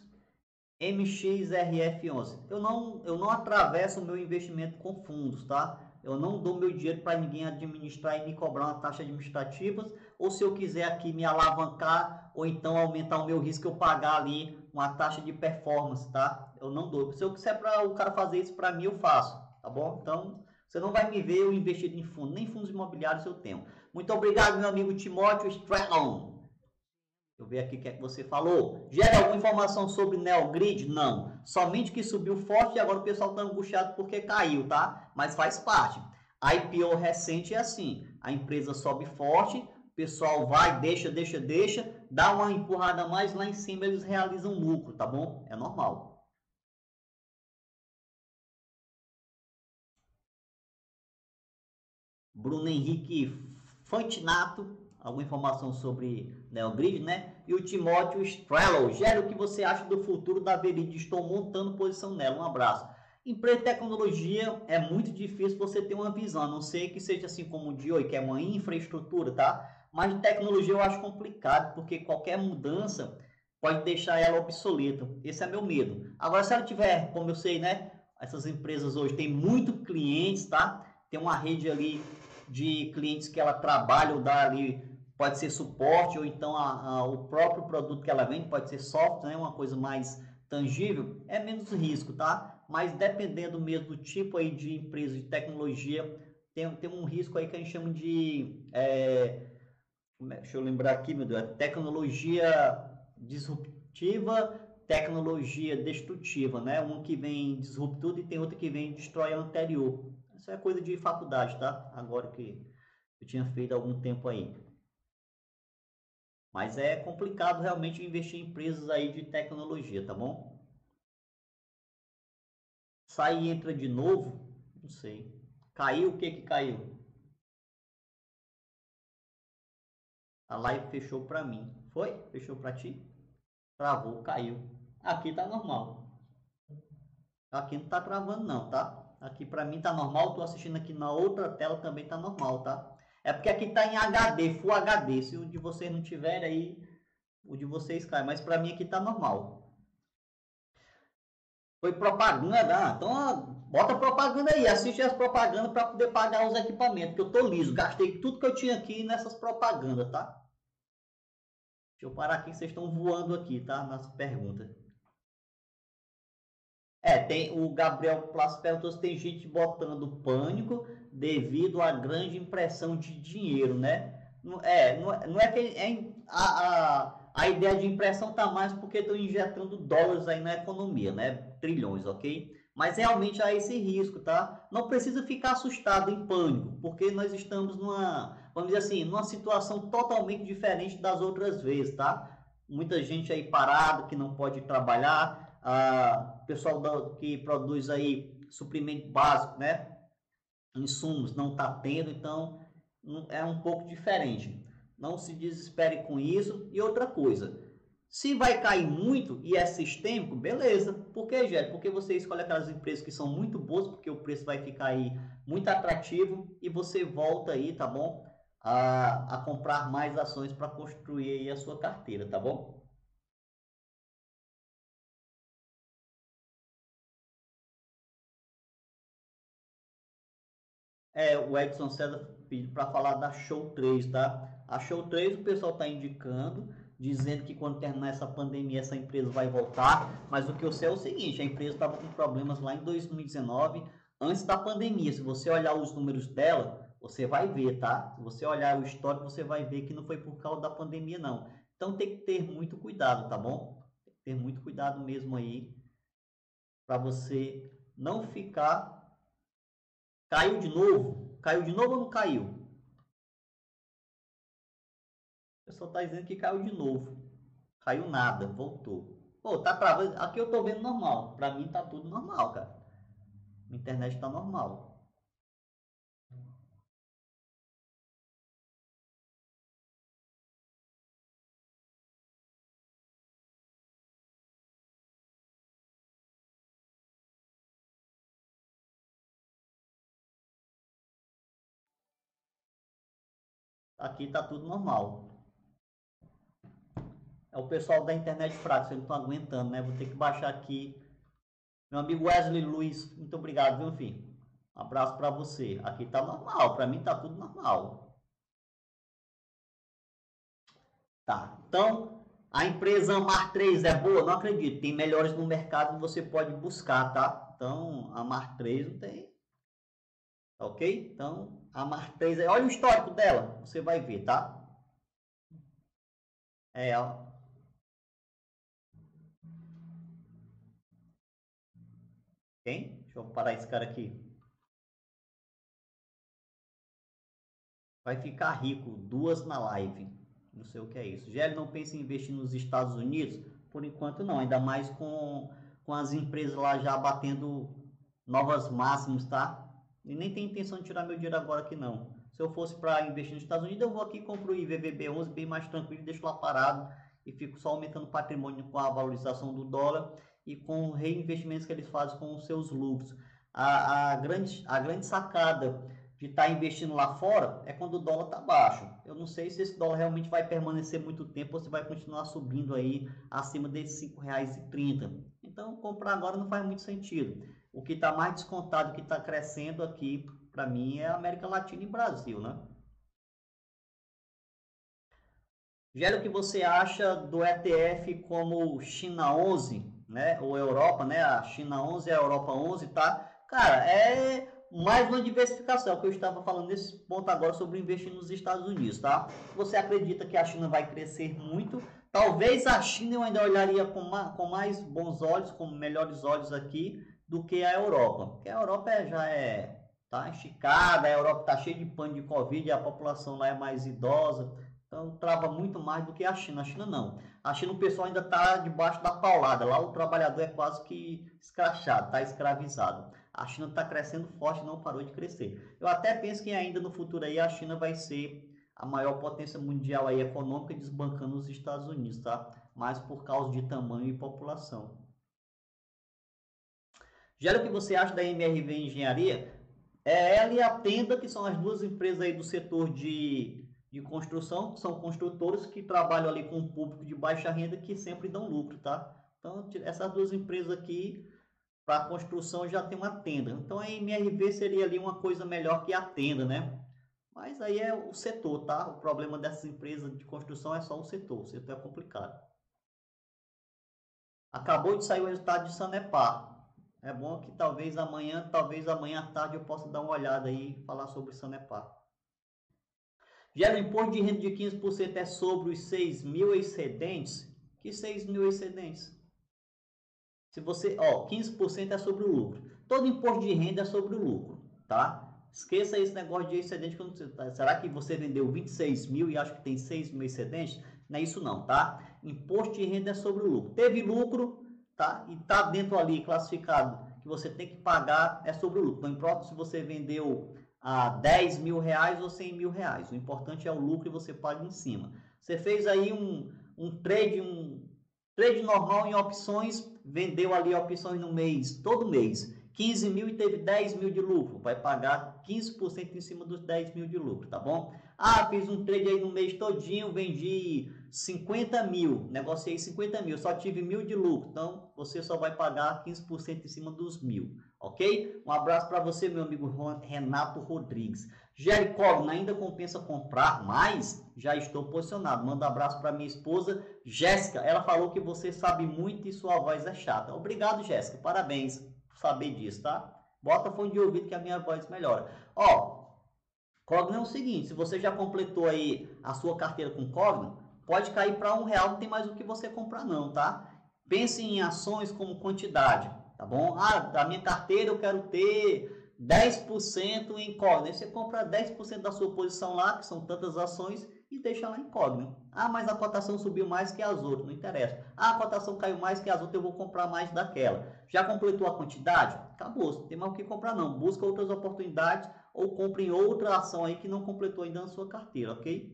MXRF11? Eu não atravesso o meu investimento com fundos, tá? Eu não dou meu dinheiro para ninguém administrar e me cobrar uma taxa administrativa, ou se eu quiser aqui me alavancar, ou então aumentar o meu risco, eu pagar ali uma taxa de performance, tá? Eu não dou. Se eu quiser para o cara fazer isso para mim, eu faço, tá bom? Então, você não vai me ver eu investido em fundo, nem fundos imobiliários eu tenho. Muito obrigado, meu amigo Timóteo Strelon. Deixa eu ver aqui o que é que você falou. Gera alguma informação sobre Neogrid? Não. Somente que subiu forte e agora o pessoal está angustiado porque caiu, tá? Mas faz parte. A IPO recente é assim. A empresa sobe forte, o pessoal vai, deixa, dá uma empurrada mais, lá em cima eles realizam lucro, tá bom? É normal. Bruno Henrique Fantinato, alguma informação sobre Neogrid, né? E o Timóteo Strello. Gera, o que você acha do futuro da Verid? Estou montando posição nela. Um abraço. Empresa de tecnologia é muito difícil você ter uma visão, a não ser que seja assim como o de hoje, que é uma infraestrutura, tá? Mas de tecnologia eu acho complicado, porque qualquer mudança pode deixar ela obsoleta. Esse é meu medo. Agora, se ela tiver, como eu sei, né? Essas empresas hoje têm muito clientes, tá? Tem uma rede ali de clientes que ela trabalha ou dá ali, pode ser suporte, ou então o próprio produto que ela vende, pode ser software, né? Uma coisa mais tangível, é menos risco, tá? Mas dependendo mesmo do tipo aí de empresa de tecnologia, tem um risco aí que a gente chama de, deixa eu lembrar aqui, meu Deus, tecnologia disruptiva, tecnologia destrutiva, né? Um que vem disrupta tudo e tem outro que vem destrói a anterior. Isso é coisa de faculdade, tá? Agora que eu tinha feito há algum tempo aí. Mas é complicado realmente investir em empresas aí de tecnologia, tá bom? Sai e entra de novo? Não sei. Caiu, o que que caiu? A live fechou para mim. Foi? Fechou para ti? Travou, caiu. Aqui tá normal. Aqui não tá travando não, tá? Aqui para mim tá normal. Tô assistindo aqui na outra tela também tá normal, tá? É porque aqui tá em HD, Full HD. Se o de vocês não tiver aí, o de vocês cai. Mas para mim aqui tá normal. Foi propaganda? Então bota propaganda aí. Assiste as propagandas para poder pagar os equipamentos. Que eu tô liso. Gastei tudo que eu tinha aqui nessas propagandas, tá? Deixa eu parar aqui, vocês estão voando aqui, tá? Nas perguntas. Tem o Gabriel Plácio perguntou se tem gente botando pânico devido à grande impressão de dinheiro, né? Não é que a ideia de impressão tá mais porque estão injetando dólares aí na economia, né? Trilhões, ok? Mas realmente há esse risco, tá? Não precisa ficar assustado, em pânico, porque nós estamos vamos dizer assim, numa situação totalmente diferente das outras vezes, tá? Muita gente aí parado que não pode trabalhar, pessoal que produz aí suprimento básico, né? Insumos não está tendo, então é um pouco diferente. Não se desespere com isso. E outra coisa, se vai cair muito e é sistêmico, beleza. Por que, Gélio? Porque você escolhe aquelas empresas que são muito boas, porque o preço vai ficar aí muito atrativo e você volta aí, tá bom? A comprar mais ações para construir aí a sua carteira, tá bom? O Edson César pediu para falar da Show 3, tá? A Show 3 o pessoal está indicando, dizendo que quando terminar essa pandemia essa empresa vai voltar, mas o que eu sei é o seguinte, a empresa estava com problemas lá em 2019, antes da pandemia. Se você olhar os números dela, você vai ver, tá? Se você olhar o histórico, você vai ver que não foi por causa da pandemia, não. Então tem que ter muito cuidado, tá bom? Tem que ter muito cuidado mesmo aí, para você não ficar. Caiu de novo? Caiu de novo ou não caiu? O pessoal tá dizendo que caiu de novo. Caiu nada, voltou. Pô, tá travando. Aqui eu tô vendo normal. Pra mim tá tudo normal, cara. A internet tá normal. Aqui tá tudo normal. É o pessoal da internet fraca, vocês não estão aguentando, né? Vou ter que baixar aqui. Meu amigo Wesley Luiz, muito obrigado, viu, filho? Um abraço pra você. Aqui tá normal, pra mim tá tudo normal. Tá, então a empresa Mar 3 é boa? Não acredito. Tem melhores no mercado que você pode buscar, tá? Então a Mar 3 não tem. Ok? Então a Mar 3 é. Olha o histórico dela, você vai ver, tá? Ó. Quem? Deixa eu parar esse cara aqui. Vai ficar rico, duas na live. Não sei o que é isso. Gelli não pensa em investir nos Estados Unidos? Por enquanto não, ainda mais com as empresas lá já batendo novas máximas, tá? E nem tem intenção de tirar meu dinheiro agora aqui não. Se eu fosse para investir nos Estados Unidos, eu vou aqui e compro o IVVB 11 bem mais tranquilo, deixo lá parado e fico só aumentando o patrimônio com a valorização do dólar e com reinvestimentos que eles fazem com os seus lucros. A grande sacada de estar investindo lá fora é quando o dólar está baixo. Eu não sei se esse dólar realmente vai permanecer muito tempo ou se vai continuar subindo aí acima desses R$ 5,30. Então, comprar agora não faz muito sentido. O que está mais descontado, o que está crescendo aqui, para mim, é a América Latina e Brasil, né? Gera o que você acha do ETF como China 11, né? Ou Europa, né? A China 11 e a Europa 11, tá? Cara, é mais uma diversificação, que eu estava falando nesse ponto agora sobre investir nos Estados Unidos, tá? Você acredita que a China vai crescer muito? Talvez a China eu ainda olharia com mais bons olhos, com melhores olhos aqui, do que a Europa. Porque a Europa já tá esticada, a Europa tá cheia de pano de Covid, a população lá é mais idosa. Então, trava muito mais do que a China. A China não. A China o pessoal ainda está debaixo da paulada. Lá o trabalhador é quase que escrachado, está escravizado. A China está crescendo forte, não parou de crescer. Eu até penso que ainda no futuro aí a China vai ser a maior potência mundial aí econômica, desbancando os Estados Unidos, tá? Mas por causa de tamanho e população. Já o que você acha da MRV Engenharia? É ela e a Tenda, que são as duas empresas aí do setor de construção, que são construtores que trabalham ali com um público de baixa renda que sempre dão lucro, tá? Então, essas duas empresas aqui, para construção, já tem uma Tenda. Então, a MRV seria ali uma coisa melhor que a Tenda, né? Mas aí é o setor, tá? O problema dessas empresas de construção é só o setor é complicado. Acabou de sair o resultado de Sanepar. É bom que talvez amanhã à tarde eu possa dar uma olhada aí e falar sobre Sanepar. Já o imposto de renda de 15% é sobre os 6 mil excedentes? Que 6 mil excedentes? Se você, 15% é sobre o lucro. Todo imposto de renda é sobre o lucro, tá? Esqueça esse negócio de excedente. Será que você vendeu 26 mil e acha que tem 6 mil excedentes? Não é isso não, tá? Imposto de renda é sobre o lucro. Teve lucro, tá? E tá dentro ali classificado que você tem que pagar, é sobre o lucro. Não importa se você vendeu a 10 mil reais ou 100 mil reais. O importante é o lucro e você paga em cima. Você fez aí um trade normal em opções, vendeu ali opções no mês, todo mês, 15 mil e teve 10 mil de lucro, vai pagar 15% em cima dos 10 mil de lucro, tá bom? Ah, fiz um trade aí no mês todinho, vendi 50 mil, negociei 50 mil, só tive 1.000 de lucro, então você só vai pagar 15% em cima dos 1.000, ok? Um abraço para você, meu amigo Renato Rodrigues. Jericó, ainda compensa comprar mais? Já estou posicionado. Manda um abraço para minha esposa, Jéssica. Ela falou que você sabe muito e sua voz é chata. Obrigado, Jéssica. Parabéns por saber disso, tá? Bota fone de ouvido que a minha voz melhora. Cogna é o seguinte, se você já completou aí a sua carteira com Cogna, pode cair para R$1, não tem mais o que você comprar não, tá? Pense em ações como quantidade, tá bom? Ah, da minha carteira eu quero ter 10% em Cogna. Aí você compra 10% da sua posição lá, que são tantas ações, e deixa lá em Cogna. Ah, mas a cotação subiu mais que as outras, não interessa. Ah, a cotação caiu mais que as outras, eu vou comprar mais daquela. Já completou a quantidade? Acabou, não tem mais o que comprar não. Busca outras oportunidades ou compre em outra ação aí que não completou ainda na sua carteira, ok?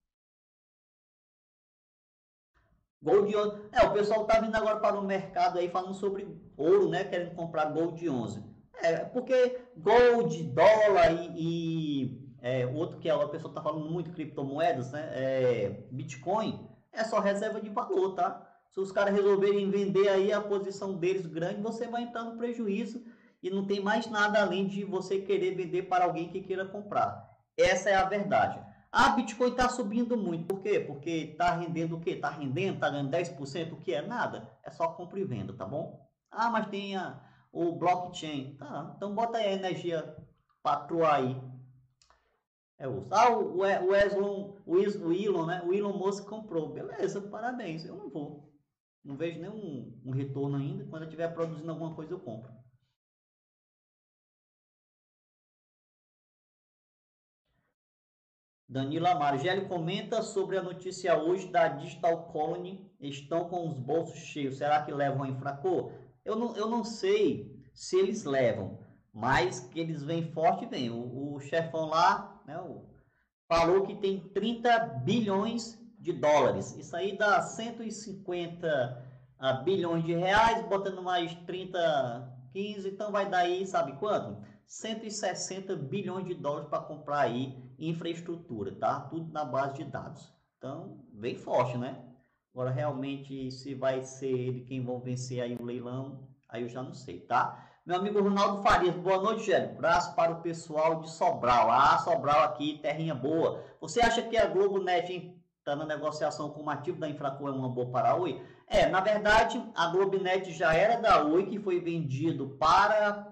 Gold 11. O pessoal tá vindo agora para o mercado aí falando sobre ouro, né? Querendo comprar Gold 11. Porque Gold, dólar outro que a pessoa tá falando muito, criptomoedas, né? Bitcoin, é só reserva de valor, tá? Se os caras resolverem vender aí a posição deles grande, você vai entrar no prejuízo e não tem mais nada além de você querer vender para alguém que queira comprar. Essa é a verdade. A Bitcoin está subindo muito. Por quê? Porque está rendendo o quê? Está rendendo, está ganhando 10%, o que é nada. É só compra e venda, tá bom? Ah, mas tem o blockchain. Tá, então bota aí a energia patroa aí. O Elon, né? O Elon Musk comprou. Beleza, parabéns. Eu não vou. Não vejo nenhum retorno ainda. Quando eu estiver produzindo alguma coisa, eu compro. Danilo Amaro, Gelli comenta sobre a notícia hoje da Digital Colony, estão com os bolsos cheios, será que levam a Infracore? Eu não sei se eles levam, mas que eles vêm forte, vem. O chefão lá, né, falou que tem 30 bilhões de dólares, isso aí dá 150 bilhões de reais, botando mais 30, 15, então vai dar aí, sabe quanto? 160 bilhões de dólares para comprar aí infraestrutura, tá? Tudo na base de dados. Então, bem forte, né? Agora, realmente, se vai ser ele quem vão vencer aí o leilão, aí eu já não sei, tá? Meu amigo Ronaldo Farias, boa noite, Gélio. Braço para o pessoal de Sobral. Ah, Sobral aqui, terrinha boa. Você acha que a Globo Net está na negociação com o ativo da Infraco é uma boa para a Oi? Na verdade, a Globonet já era da Oi, que foi vendido para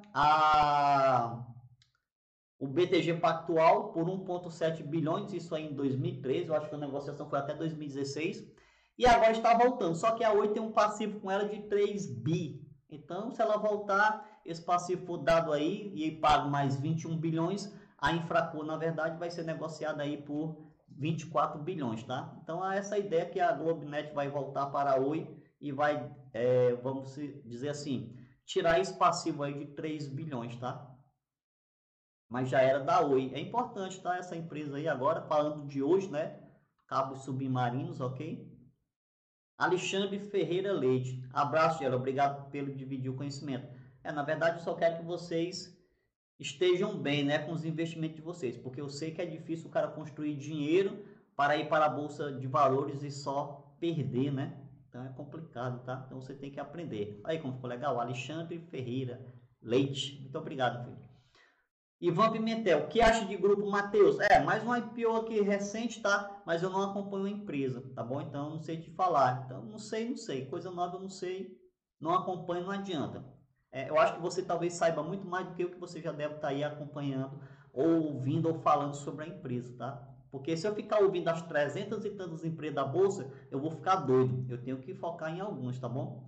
o BTG Pactual por 1,7 bilhões, isso aí em 2013, eu acho que a negociação foi até 2016, e agora está voltando, só que a Oi tem um passivo com ela de 3 bi, então se ela voltar, esse passivo for dado aí, e pago mais 21 bilhões, a Infraco, na verdade, vai ser negociada aí por 24 bilhões, tá? Então, essa ideia que a Globonet vai voltar para a Oi e vai, vamos dizer assim, tirar esse passivo aí de 3 bilhões, tá? Mas já era da Oi. É importante, tá? Essa empresa aí agora, falando de hoje, né? Cabos submarinos, ok? Alexandre Ferreira Leite. Abraço, Gera. Obrigado pelo dividir o conhecimento. Na verdade, eu só quero que vocês estejam bem, né, com os investimentos de vocês, porque eu sei que é difícil o cara construir dinheiro para ir para a bolsa de valores e só perder, né? Então é complicado, tá? Então você tem que aprender. Aí como ficou legal, Alexandre Ferreira Leite. Muito obrigado, filho. Ivan Pimentel, o que acha de grupo Mateus? Mais um IPO aqui recente, tá? Mas eu não acompanho a empresa, tá bom? Então não sei te falar. Então não sei. Coisa nova eu não sei. Não acompanho, não adianta. Eu acho que você talvez saiba muito mais do que o que você já deve estar aí acompanhando, ou ouvindo, ou falando sobre a empresa, tá? Porque se eu ficar ouvindo as 300 e tantas empresas da Bolsa, eu vou ficar doido. Eu tenho que focar em algumas, tá bom?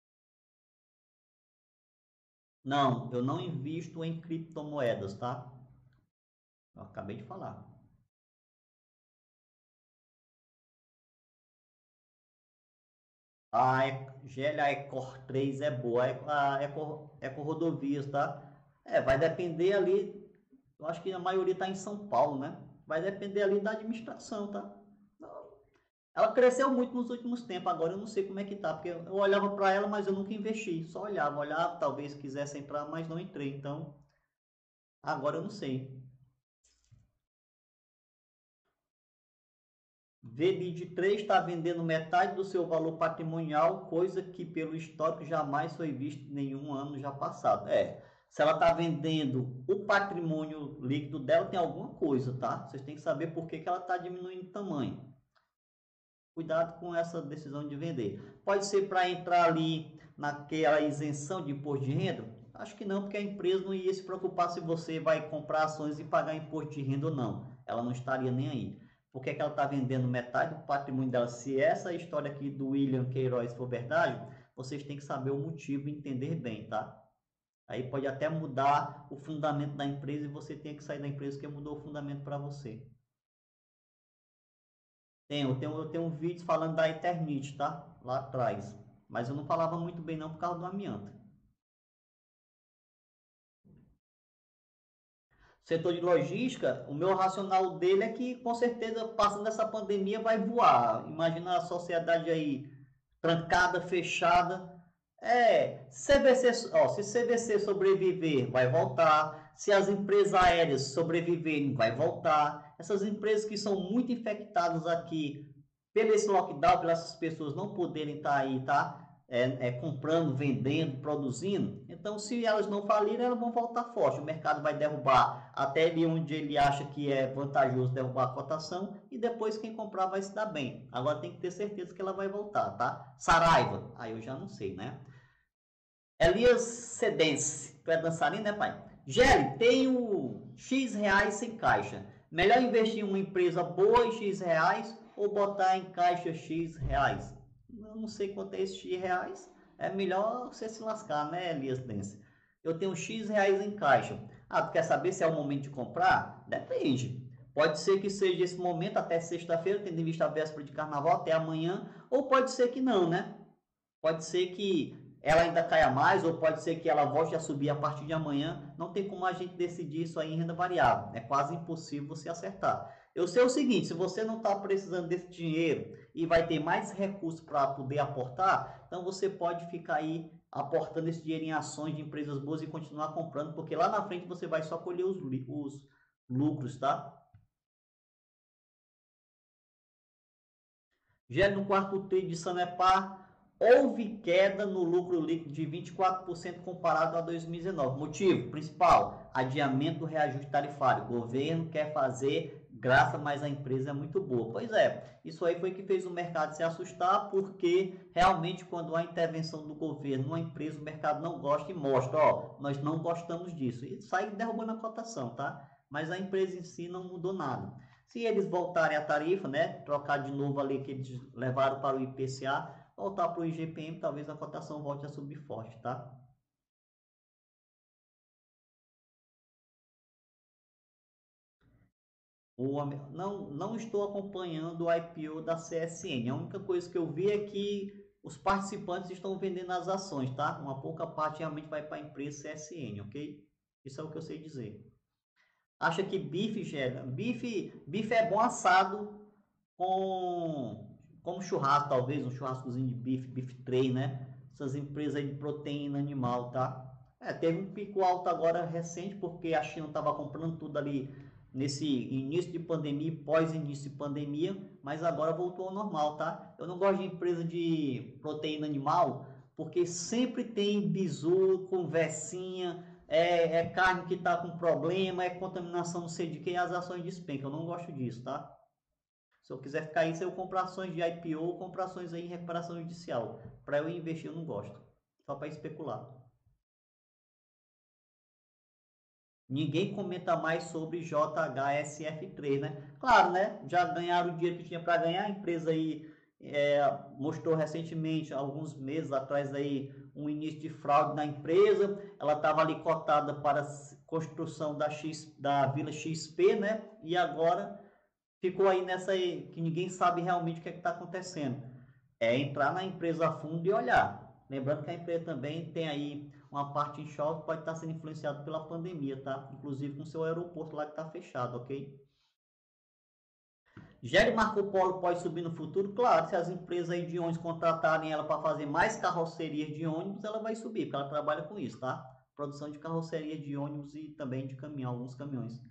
Não, eu não invisto em criptomoedas, tá? Eu acabei de falar. A GLA Ecor 3 é boa, a Eco Rodovias, tá? Vai depender ali, eu acho que a maioria está em São Paulo, né? Vai depender ali da administração, tá? Ela cresceu muito nos últimos tempos, agora eu não sei como é que tá, porque eu olhava para ela, mas eu nunca investi, só olhava, talvez quisesse entrar, mas não entrei, então agora eu não sei. VBID3 está vendendo metade do seu valor patrimonial, coisa que pelo histórico jamais foi visto em nenhum ano já passado. Se ela está vendendo o patrimônio líquido dela, tem alguma coisa, tá? Vocês têm que saber por que ela está diminuindo o tamanho. Cuidado com essa decisão de vender. Pode ser para entrar ali naquela isenção de imposto de renda? Acho que não, porque a empresa não ia se preocupar se você vai comprar ações e pagar imposto de renda ou não. Ela não estaria nem aí. Por que ela está vendendo metade do patrimônio dela? Se essa história aqui do William Queiroz for verdade, vocês têm que saber o motivo e entender bem, tá? Aí pode até mudar o fundamento da empresa e você tem que sair da empresa que mudou o fundamento para você. Eu tenho um vídeo falando da Eternit, tá? Lá atrás. Mas eu não falava muito bem não por causa do amianto. Setor de logística, o meu racional dele é que com certeza passando essa pandemia vai voar. Imagina a sociedade aí trancada, fechada. Se CVC sobreviver, vai voltar. Se as empresas aéreas sobreviverem, vai voltar. Essas empresas que são muito infectadas aqui pelo esse lockdown, pelas pessoas não poderem estar aí, tá? Comprando, vendendo, produzindo. Então, se elas não falirem, elas vão voltar forte. O mercado vai derrubar até ali onde ele acha que é vantajoso derrubar a cotação e depois quem comprar vai se dar bem. Agora tem que ter certeza que ela vai voltar, tá? Saraiva, aí eu já não sei, né? Elias Cedense, tu é dançarino, né, pai? Gelli, tenho X reais sem caixa. Melhor investir em uma empresa boa em X reais ou botar em caixa X reais? Eu não sei quanto é esse X reais. É melhor você se lascar, né, Elias Cedense? Eu tenho X reais em caixa. Tu quer saber se é o momento de comprar? Depende. Pode ser que seja esse momento até sexta-feira, tendo em vista a véspera de carnaval, até amanhã. Ou pode ser que não, né? Pode ser que ela ainda caia mais, ou pode ser que ela volte a subir a partir de amanhã. Não tem como a gente decidir isso aí em renda variável. É quase impossível você acertar. Eu sei o seguinte, se você não está precisando desse dinheiro e vai ter mais recursos para poder aportar, então você pode ficar aí aportando esse dinheiro em ações de empresas boas e continuar comprando, porque lá na frente você vai só colher os lucros, tá? Já no quarto TRI de Sanepar, houve queda no lucro líquido de 24% comparado a 2019. Motivo principal, adiamento do reajuste tarifário. O governo quer fazer graça, mas a empresa é muito boa. Pois é, isso aí foi que fez o mercado se assustar, porque realmente quando há intervenção do governo numa empresa, o mercado não gosta e mostra, ó, nós não gostamos disso. E sai derrubando a cotação, tá? Mas a empresa em si não mudou nada. Se eles voltarem a tarifa, né, trocar de novo ali que eles levaram para o IPCA, voltar para o IGPM, talvez a cotação volte a subir forte, tá? Não estou acompanhando o IPO da CSN. A única coisa que eu vi é que os participantes estão vendendo as ações, tá? Uma pouca parte realmente vai para a empresa CSN, ok? Isso é o que eu sei dizer. Acha que bife, Gera? Bife é bom assado com como churrasco, talvez um churrascozinho de bife, bife tray, né? Essas empresas aí de proteína animal, tá? Teve um pico alto agora recente porque a China estava comprando tudo ali nesse início de pandemia e pós início de pandemia, mas agora voltou ao normal, tá? Eu não gosto de empresa de proteína animal porque sempre tem bizu, conversinha, carne que está com problema, é contaminação não sei de que, e as ações despencam. Eu não gosto disso, tá? Se eu quiser ficar aí, se eu comprar ações de IPO ou comprar ações aí em recuperação judicial. Para eu investir, eu não gosto. Só para especular. Ninguém comenta mais sobre JHSF3, né? Claro, né? Já ganharam o dinheiro que tinha para ganhar. A empresa aí mostrou recentemente, alguns meses atrás aí, um início de fraude na empresa. Ela estava ali cotada para construção da Vila XP, né? E agora ficou aí nessa aí, que ninguém sabe realmente o que é que está acontecendo. É entrar na empresa a fundo e olhar. Lembrando que a empresa também tem aí uma parte em choque, pode estar sendo influenciado pela pandemia, tá? Inclusive com o seu aeroporto lá que está fechado, ok? Gere Marco Polo pode subir no futuro? Claro, se as empresas aí de ônibus contratarem ela para fazer mais carrocerias de ônibus, ela vai subir, porque ela trabalha com isso, tá? Produção de carroceria de ônibus e também de caminhão, alguns caminhões.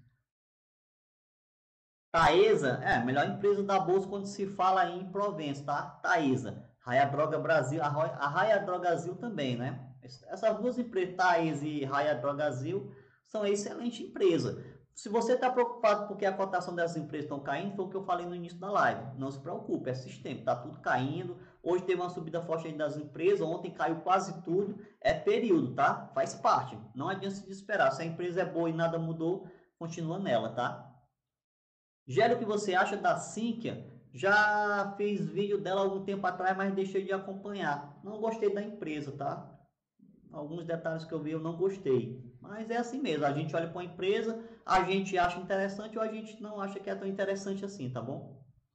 Taesa, melhor empresa da bolsa quando se fala em Provença, tá? Taesa, Raia Droga Brasil, a Raia Drogasil também, né? Essas duas empresas, Taesa e Raia Drogasil, são excelentes empresas. Se você está preocupado porque a cotação dessas empresas estão caindo, foi o que eu falei no início da live. Não se preocupe, é sistema, tá tudo caindo. Hoje teve uma subida forte aí das empresas, ontem caiu quase tudo. É período, tá? Faz parte. Não adianta se desesperar. Se a empresa é boa e nada mudou, continua nela, tá? Gera, o que você acha da Cynthia? Já fiz vídeo dela algum tempo atrás, mas deixei de acompanhar. Não gostei da empresa, tá? Alguns detalhes que eu vi eu não gostei. Mas é assim mesmo, a gente olha para uma empresa, a gente acha interessante ou a gente não acha que é tão interessante assim, tá bom?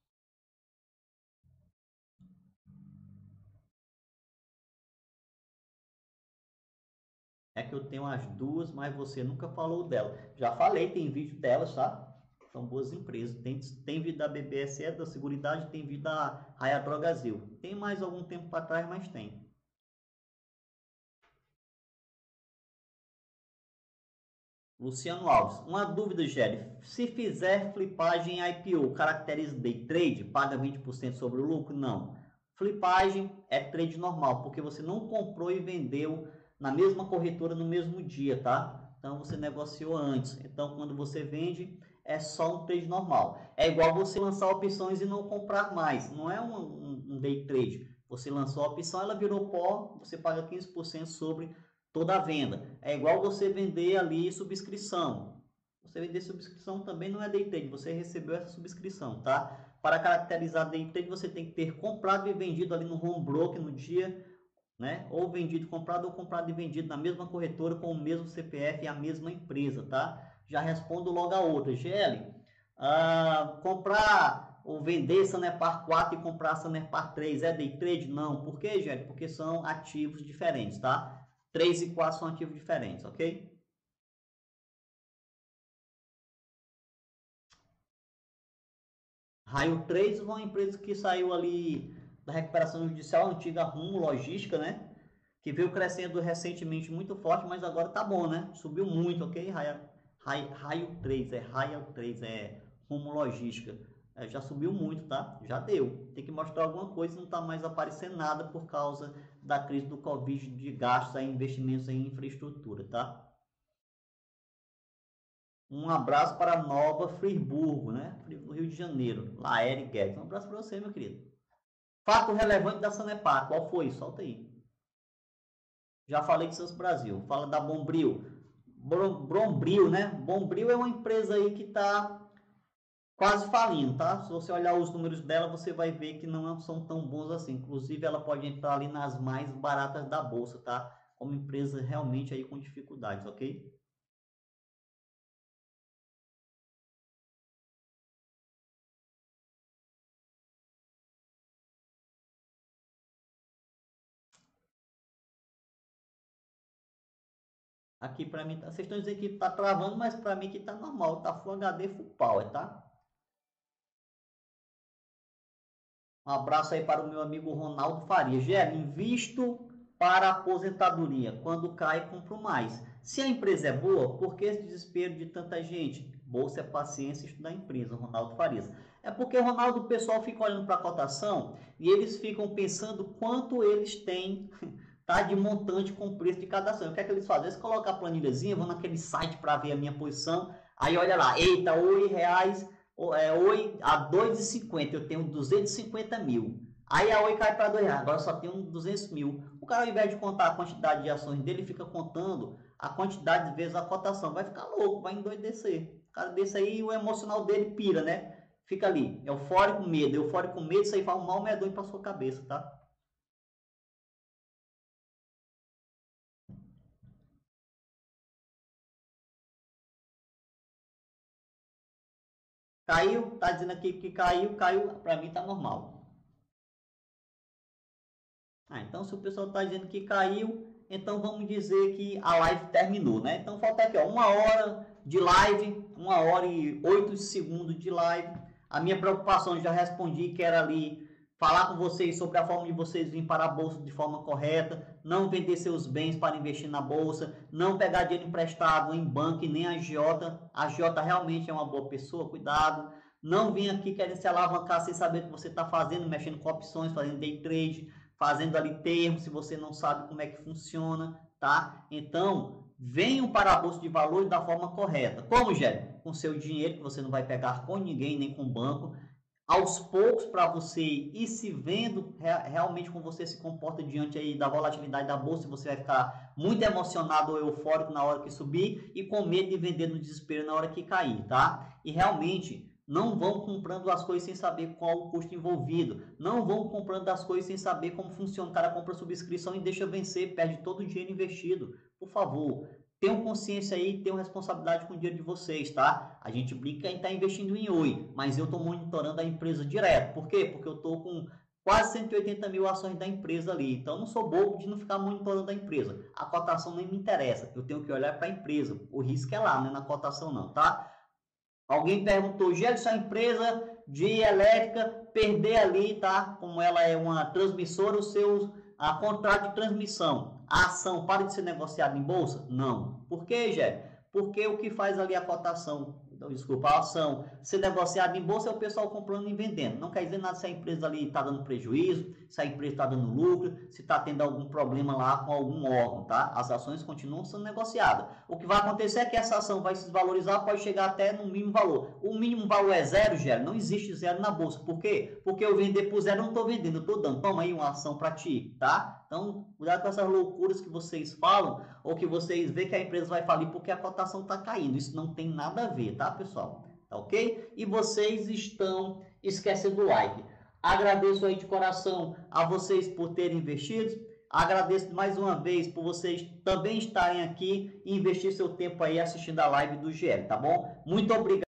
É que eu tenho as duas, mas você nunca falou dela. Já falei, tem vídeo delas, tá? São boas empresas. Tem vídeo da BBSE, da Seguridade, tem vídeo da Raia Drogazil. Tem mais algum tempo para trás, mas tem. Luciano Alves, uma dúvida, Géry. Se fizer flipagem IPO, caracteriza day trade, paga 20% sobre o lucro? Não. Flipagem é trade normal, porque você não comprou e vendeu na mesma corretora no mesmo dia, tá? Então você negociou antes. Então quando você vende, é só um trade normal. É igual você lançar opções e não comprar mais. Não é um day trade. Você lançou a opção, ela virou pó, você paga 15% sobre toda a venda. É igual você vender ali subscrição. Você vender subscrição também não é day trade, você recebeu essa subscrição, tá? Para caracterizar day trade, você tem que ter comprado e vendido ali no home broker no dia, né? Ou vendido, comprado ou comprado e vendido na mesma corretora com o mesmo CPF e a mesma empresa, tá? Já respondo logo a outra. GL, comprar ou vender Sanepar 4 e comprar Sanepar 3 é day trade? Não. Por quê, GL? Porque são ativos diferentes, tá? 3 e 4 são ativos diferentes, ok? Raio 3 é uma empresa que saiu ali da recuperação judicial, antiga Rumo Logística, né? Que veio crescendo recentemente muito forte, mas agora tá bom, né? Subiu muito, ok? Raio 3, Raio 3, Rumo Logística. Já subiu muito, tá? Já deu. Tem que mostrar alguma coisa, não tá mais aparecendo nada por causa da crise do Covid, de gastos em investimentos em infraestrutura, tá? Um abraço para Nova Friburgo, né? No Rio de Janeiro. Laere Guedes. Um abraço para você, meu querido. Fato relevante da Sanepar. Qual foi? Solta aí. Já falei de Seus Brasil. Fala da Bombril. Bombril, né? Bombril é uma empresa aí que está quase falindo, tá? Se você olhar os números dela, você vai ver que não são tão bons assim. Inclusive, ela pode entrar ali nas mais baratas da bolsa, tá? Como empresa realmente aí com dificuldades, ok? Aqui para mim, vocês estão dizendo que tá travando, mas para mim que tá normal, tá Full HD, Full Power, tá? Um abraço aí para o meu amigo Ronaldo Faria. Gera, invisto para aposentadoria. Quando cai, compro mais. Se a empresa é boa, por que esse desespero de tanta gente? Bolsa é paciência, estudar a empresa, Ronaldo Farias. É porque, Ronaldo, o pessoal fica olhando para a cotação e eles ficam pensando quanto eles têm, tá, de montante com preço de cada ação. O que é que eles fazem? Eles colocam a planilhazinha, vão naquele site para ver a minha posição, aí olha lá, eita, R$ 8, Oi a 2,50, eu tenho 250 mil. Aí a Oi cai para R$ 2, agora só tenho 200 mil. O cara, ao invés de contar a quantidade de ações dele, fica contando a quantidade de vezes a cotação. Vai ficar louco, vai endoidecer. O cara desse aí, o emocional dele pira, né? Fica ali, eufórico, medo, isso aí faz um mal medonho para sua cabeça, tá? Caiu, tá dizendo aqui que caiu, para mim tá normal. Então se o pessoal está dizendo que caiu, então vamos dizer que a live terminou, né? Então falta aqui, ó, 1 hora de live, 1 hora e 8 segundos de live. A minha preocupação já respondi, que era ali falar com vocês sobre a forma de vocês virem para a bolsa de forma correta, não vender seus bens para investir na bolsa, não pegar dinheiro emprestado em banco e nem a agiota. A agiota realmente é uma boa pessoa, cuidado. Não vim aqui querendo se alavancar sem saber o que você está fazendo, mexendo com opções, fazendo day trade, fazendo ali termos, se você não sabe como é que funciona, tá? Então, venham para a bolsa de valores da forma correta. Como, Gélio? Com seu dinheiro, que você não vai pegar com ninguém, nem com banco, aos poucos, para você ir se vendo realmente como você se comporta diante aí da volatilidade da bolsa. Você vai ficar muito emocionado ou eufórico na hora que subir e com medo de vender no desespero na hora que cair, tá? E realmente, não vão comprando as coisas sem saber qual o custo envolvido. Não vão comprando as coisas sem saber como funciona. O cara compra subscrição e deixa vencer, perde todo o dinheiro investido. Por favor, tenham consciência aí, tenham responsabilidade com o dinheiro de vocês, tá? A gente brinca em estar investindo em Oi, mas eu estou monitorando a empresa direto. Por quê? Porque eu estou com quase 180 mil ações da empresa ali. Então, eu não sou bobo de não ficar monitorando a empresa. A cotação nem me interessa. Eu tenho que olhar para a empresa. O risco é lá, não é na cotação não, tá? Alguém perguntou, Gélio, se a empresa de elétrica perder ali, tá? Como ela é uma transmissora, a contrato de transmissão, a ação para de ser negociada em bolsa? Não. Por quê, Gélio? Porque o que faz ali a cotação, desculpa, a ação ser negociada em bolsa é o pessoal comprando e vendendo. Não quer dizer nada se a empresa ali está dando prejuízo, se a empresa está dando lucro, se está tendo algum problema lá com algum órgão, tá? As ações continuam sendo negociadas. O que vai acontecer é que essa ação vai se desvalorizar, pode chegar até no mínimo valor. O mínimo valor é zero, Gélio? Não existe zero na bolsa. Por quê? Porque eu vender por zero, eu não estou vendendo, eu estou dando. Toma aí uma ação para ti, tá? Então, cuidado com essas loucuras que vocês falam ou que vocês veem que a empresa vai falir porque a cotação está caindo. Isso não tem nada a ver, tá, pessoal? Tá ok? E vocês estão esquecendo o like. Agradeço aí de coração a vocês por terem investido. Agradeço mais uma vez por vocês também estarem aqui e investir seu tempo aí assistindo a live do GL, tá bom? Muito obrigado.